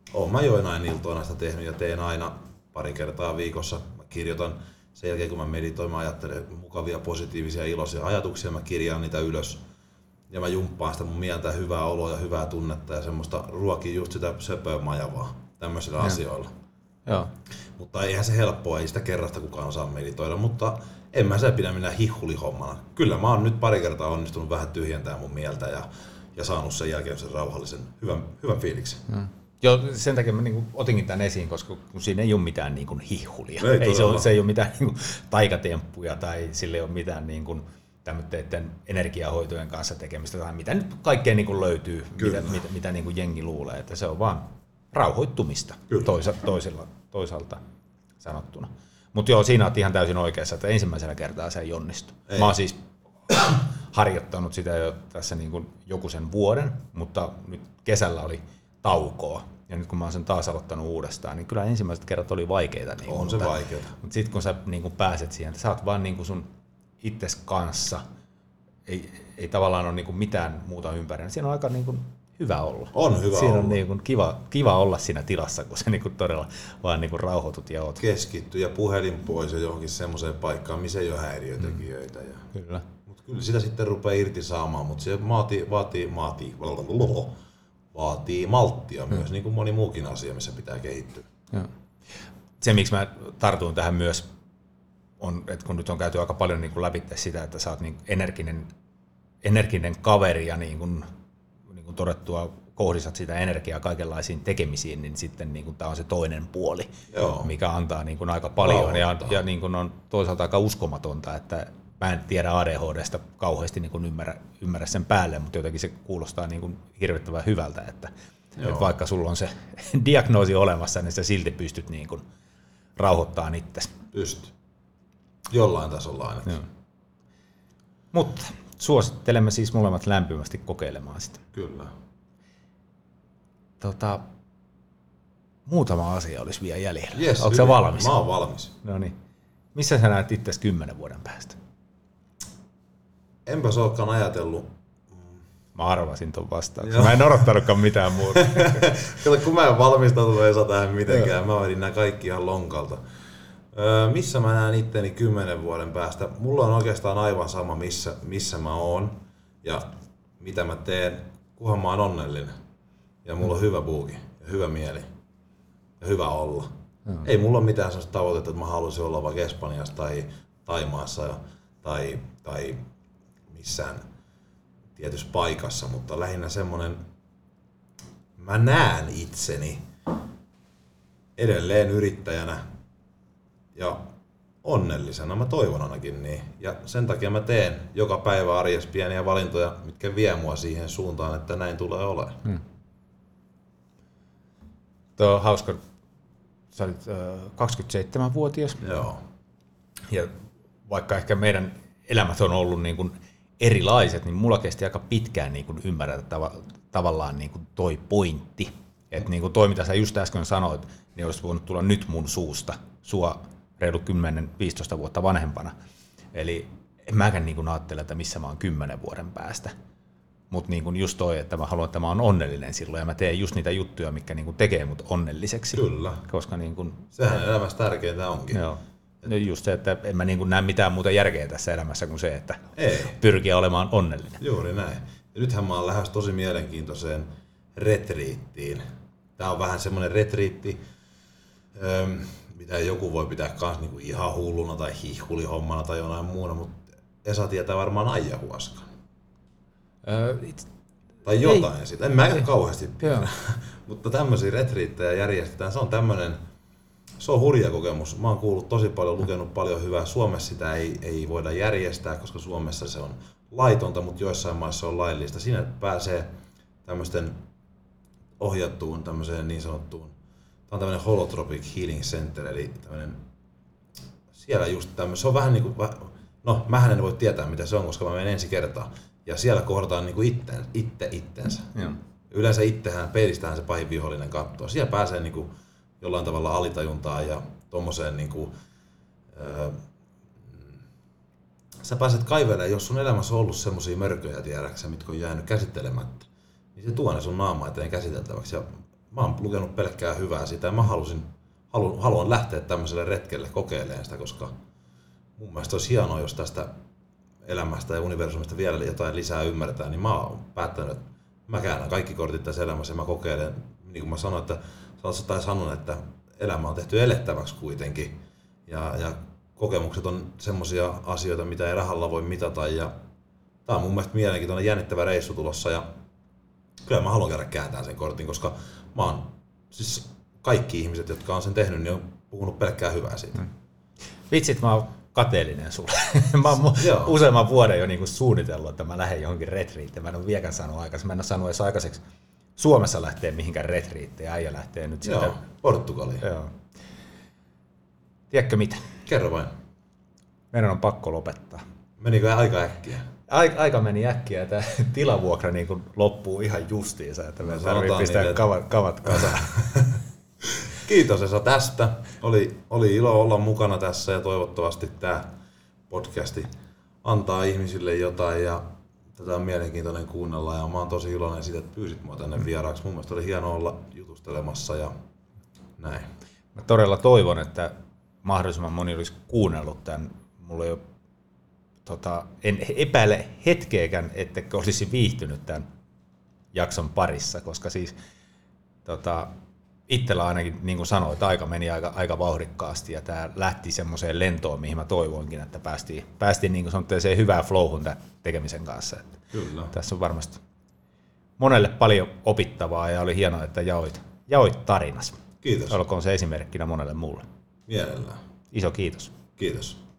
Oon mä joinain iltoina sitä tehnyt ja teen aina pari kertaa viikossa. Mä kirjoitan sen jälkeen, kun mä meditoin, mä ajattelen mukavia, positiivisia, iloisia ajatuksia, mä kirjaan niitä ylös. Ja mä jumppaan sitä mun mieltä, hyvää oloa ja hyvää tunnetta ja semmoista ruokia just sitä söpöä majavaa tämmöisillä ja. asioilla. Joo. Mutta eihän se helppoa, ei sitä kerrasta kukaan osaa meditoida, mutta en mä sitä pidä minä hihhulihommana. Kyllä mä oon nyt pari kertaa onnistunut vähän tyhjentämään mun mieltä ja, ja saanut sen jälkeen sen rauhallisen, hyvän, hyvän fiiliksen. Hmm. Joo, sen takia mä niin otinkin tämän esiin, koska siinä ei ole mitään niin kuin hihhulia. Ei, ei se, ole, se ei ole mitään niin kuin taikatemppuja tai sillä ei ole mitään niin kuin tämmöiden energiahoitojen kanssa tekemistä tai mitä nyt kaikkea niin kuin löytyy, Kyllä. mitä, mitä, mitä niin kuin jengi luulee, että se on vaan rauhoittumista toisa, toisella, toisaalta sanottuna. Mutta joo, siinä olet ihan täysin oikeassa, että ensimmäisellä kertaa se ei onnistu. Ei. Mä oon siis harjoittanut sitä jo tässä niin kuin joku sen vuoden, mutta nyt kesällä oli taukoa. Ja nyt kun mä oon sen taas aloittanut uudestaan, niin kyllä ensimmäiset kerrat oli vaikeita. Niin, on mutta, se vaikeaa. Mutta sitten kun sä niin kuin pääset siihen, että sä oot vaan niin kuin sun itses kanssa, ei, ei tavallaan ole niin kuin mitään muuta ympärillä. Siinä on aika niin kuin hyvä olla. On hyvä siinä olla. on niin kuin kiva, kiva olla siinä tilassa, kun sä niin kuin todella vaan niin kuin rauhoitut ja oot. Keskitty ja puhelin pois ja johonkin semmoiseen paikkaan, missä ei ole häiriötekijöitä. Mm. Ja... Kyllä. Mut kyllä sitä sitten rupeaa irti saamaan, mutta se vaatii, vaatii, vaatii, vaatii malttia myös, mm. niin kuin moni muukin asia, missä pitää kehittyä. Ja. Se, miksi mä tartun tähän myös, on, että kun nyt on käyty aika paljon niin kuin läpi sitä, että sä oot niin energinen, energinen kaveri ja niin kuin, niin kuin todettua kohdistat sitä energiaa kaikenlaisiin tekemisiin, niin sitten niin kuin tämä on se toinen puoli, Joo. mikä antaa niin kuin aika paljon ja, ja niin kuin on toisaalta aika uskomatonta, että mä en tiedä A D H D:stä kauheasti niin kuin ymmärrä, ymmärrä sen päälle, mutta jotenkin se kuulostaa niin kuin hirvittävän hyvältä, että, että vaikka sulla on se diagnoosi olemassa, niin sä silti pystyt niin kuin rauhoittamaan itsesi. Pystyt. Jollain tasolla ainakin. Joo. Mutta suosittelemme siis molemmat lämpimästi kokeilemaan sitä. Kyllä. Tota, muutama asia olisi vielä jäljellä. Yes, Oletko sä valmis? Mä oon valmis. No niin. Missä sä näet itsesi kymmenen vuoden päästä? Enpä se olekaan ajatellut. Mä arvasin ton vastauksen. Mä en odottanutkaan mitään muuta. Kato, kun mä en valmistautunut Esa tähän mitenkään. Mä vedin nämä kaikki ihan lonkalta. Öö, missä mä näen itteni kymmenen vuoden päästä? Mulla on oikeastaan aivan sama, missä, missä mä oon ja mitä mä teen, kunhan mä oon onnellinen. Ja mulla on hyvä buuki ja hyvä mieli ja hyvä olla. Mm. Ei mulla ole mitään sellaista tavoitetta, että mä haluaisin olla vaikka Espanjassa tai Taimaassa tai, tai missään tietyssä paikassa, mutta lähinnä semmonen, mä näen itseni edelleen yrittäjänä ja onnellisena, mä toivon ainakin niin. Ja sen takia mä teen joka päivä arjessa pieniä valintoja, mitkä vie mua siihen suuntaan, että näin tulee olemaan. Hmm. Tuo on hauska. Sä olit kaksikymmentäseitsemänvuotias. Joo. Ja vaikka ehkä meidän elämät on ollut niin kuin erilaiset, niin mulla kesti aika pitkään niin kuin ymmärrä tav- tavallaan niin kuin toi pointti. Että niin kuin toi, mitä sä just äsken sanoit, niin olisi voinut tulla nyt mun suusta, sua reilu kymmenen viisitoista vuotta vanhempana. Eli en mäkään niin kuin ajattele, että missä mä oon kymmenen vuoden päästä. Mutta niin just toi, että mä haluan, että mä oon onnellinen silloin ja mä teen just niitä juttuja, mitkä niin tekee mut onnelliseksi. Kyllä. Koska niin kun, sehän elämässä tärkeintä onkin. Joo. No just se, että en mä niin näe mitään muuta järkeä tässä elämässä kuin se, että Ei. pyrkiä olemaan onnellinen. Juuri näin. Ja nythän mä oon lähes tosi mielenkiintoiseen retriittiin. Tää on vähän semmoinen retriitti, mitä joku voi pitää kans niinku ihan hulluna tai hihhulihommana tai jonain muuna, mutta Esa tietää varmaan ayahuascan. Öö, it... Tai jotain siitä. En mä en kauheasti tiedä. Mutta tämmöisiä retriittejä järjestetään. Se on tämmönen, se on hurja kokemus. Mä oon kuullut tosi paljon, lukenut paljon hyvää. Suomessa sitä ei, ei voida järjestää, koska Suomessa se on laitonta, mutta joissain maissa on laillista. Siinä pääsee tämmöisten ohjattuun tämmöiseen niin sanottuun, tää on tämmönen holotropic healing center, eli tämmönen, siellä just tämmöinen, se on vähän niinku, no mähän en voi tietää mitä se on, koska mä menen ensi kertaa. Ja siellä kohdataan niinku itse, itse itteensä. Ja. Yleensä itsehän, peilistähän se pahin vihollinen kattoo. Siellä pääsee niinku jollain tavalla alitajuntaan ja tommoseen niinku, öö, sä pääset kaivelemaan, jos sun elämässä on ollut semmosia mörköjä, tiedäksä, mitkä on jäänyt käsittelemättä, niin se tuo ne sun naama eteen käsiteltäväksi. Ja mä oon lukenut pelkkää hyvää siitä ja mä halusin, haluan, haluan lähteä tämmöiselle retkelle kokeilemaan sitä, koska mun mielestä olisi hienoa, jos tästä elämästä ja universumista vielä jotain lisää ymmärretään, niin mä oon päättänyt, että mä käännän kaikki kortit tässä elämässä ja mä kokeilen, niin kuin mä sanoin, että tai sanon, että elämä on tehty elettäväksi kuitenkin ja, ja kokemukset on semmoisia asioita, mitä ei rahalla voi mitata ja tää on mun mielestä mielenkiintoinen jännittävä reissu tulossa ja kyllä mä haluan käydä kääntämään sen kortin, koska mä oon, siis kaikki ihmiset, jotka on sen tehnyt, niin on puhunut pelkkää hyvää siitä. Hmm. Vitsit, mä oon kateellinen sulle. Mä oon useamman vuoden jo niinku suunnitellut, että mä lähden johonkin retriittiin. Mä en ole vieläkään saanut aikaisemmin. Mä en ole saanut edes aikaiseksi Suomessa lähteä mihinkään retriittiin. Äijä lähtee nyt sieltä. Joo, Portugaliin. Joo. Tiedätkö mitä? Kerro vain. Meidän on pakko lopettaa. Menikö aika äkkiä? Aika meni äkkiä ja tämä tilavuokra niin kuin loppuu ihan justiinsa, että me tarvitsee pistää niille kavat, kavat kasaan. Kiitos Esa tästä. Oli, oli ilo olla mukana tässä ja toivottavasti tämä podcasti antaa ihmisille jotain ja tätä on mielenkiintoinen kuunnella ja mä oon tosi iloinen siitä, että pyysit mua tänne vieraaksi. Mun mielestä oli hienoa olla jutustelemassa ja näin. Mä todella toivon, että mahdollisimman moni olisi kuunnellut tämän. Mulla ei ole, tota, en epäile hetkeäkään, että olisi viihtynyt tämän jakson parissa, koska siis tota, itsellä ainakin, niin kuin sanoit, aika meni aika, aika vauhdikkaasti ja tämä lähti semmoiseen lentoon, mihin mä toivoinkin, että päästiin, päästiin niin kuin sanottiin, hyvään flowhun tämän tekemisen kanssa. Että Kyllä. Tässä on varmasti monelle paljon opittavaa ja oli hienoa, että jaoit, jaoit tarinas. Kiitos. Olkoon se esimerkkinä monelle muulle. Mielellään. Iso kiitos. Kiitos.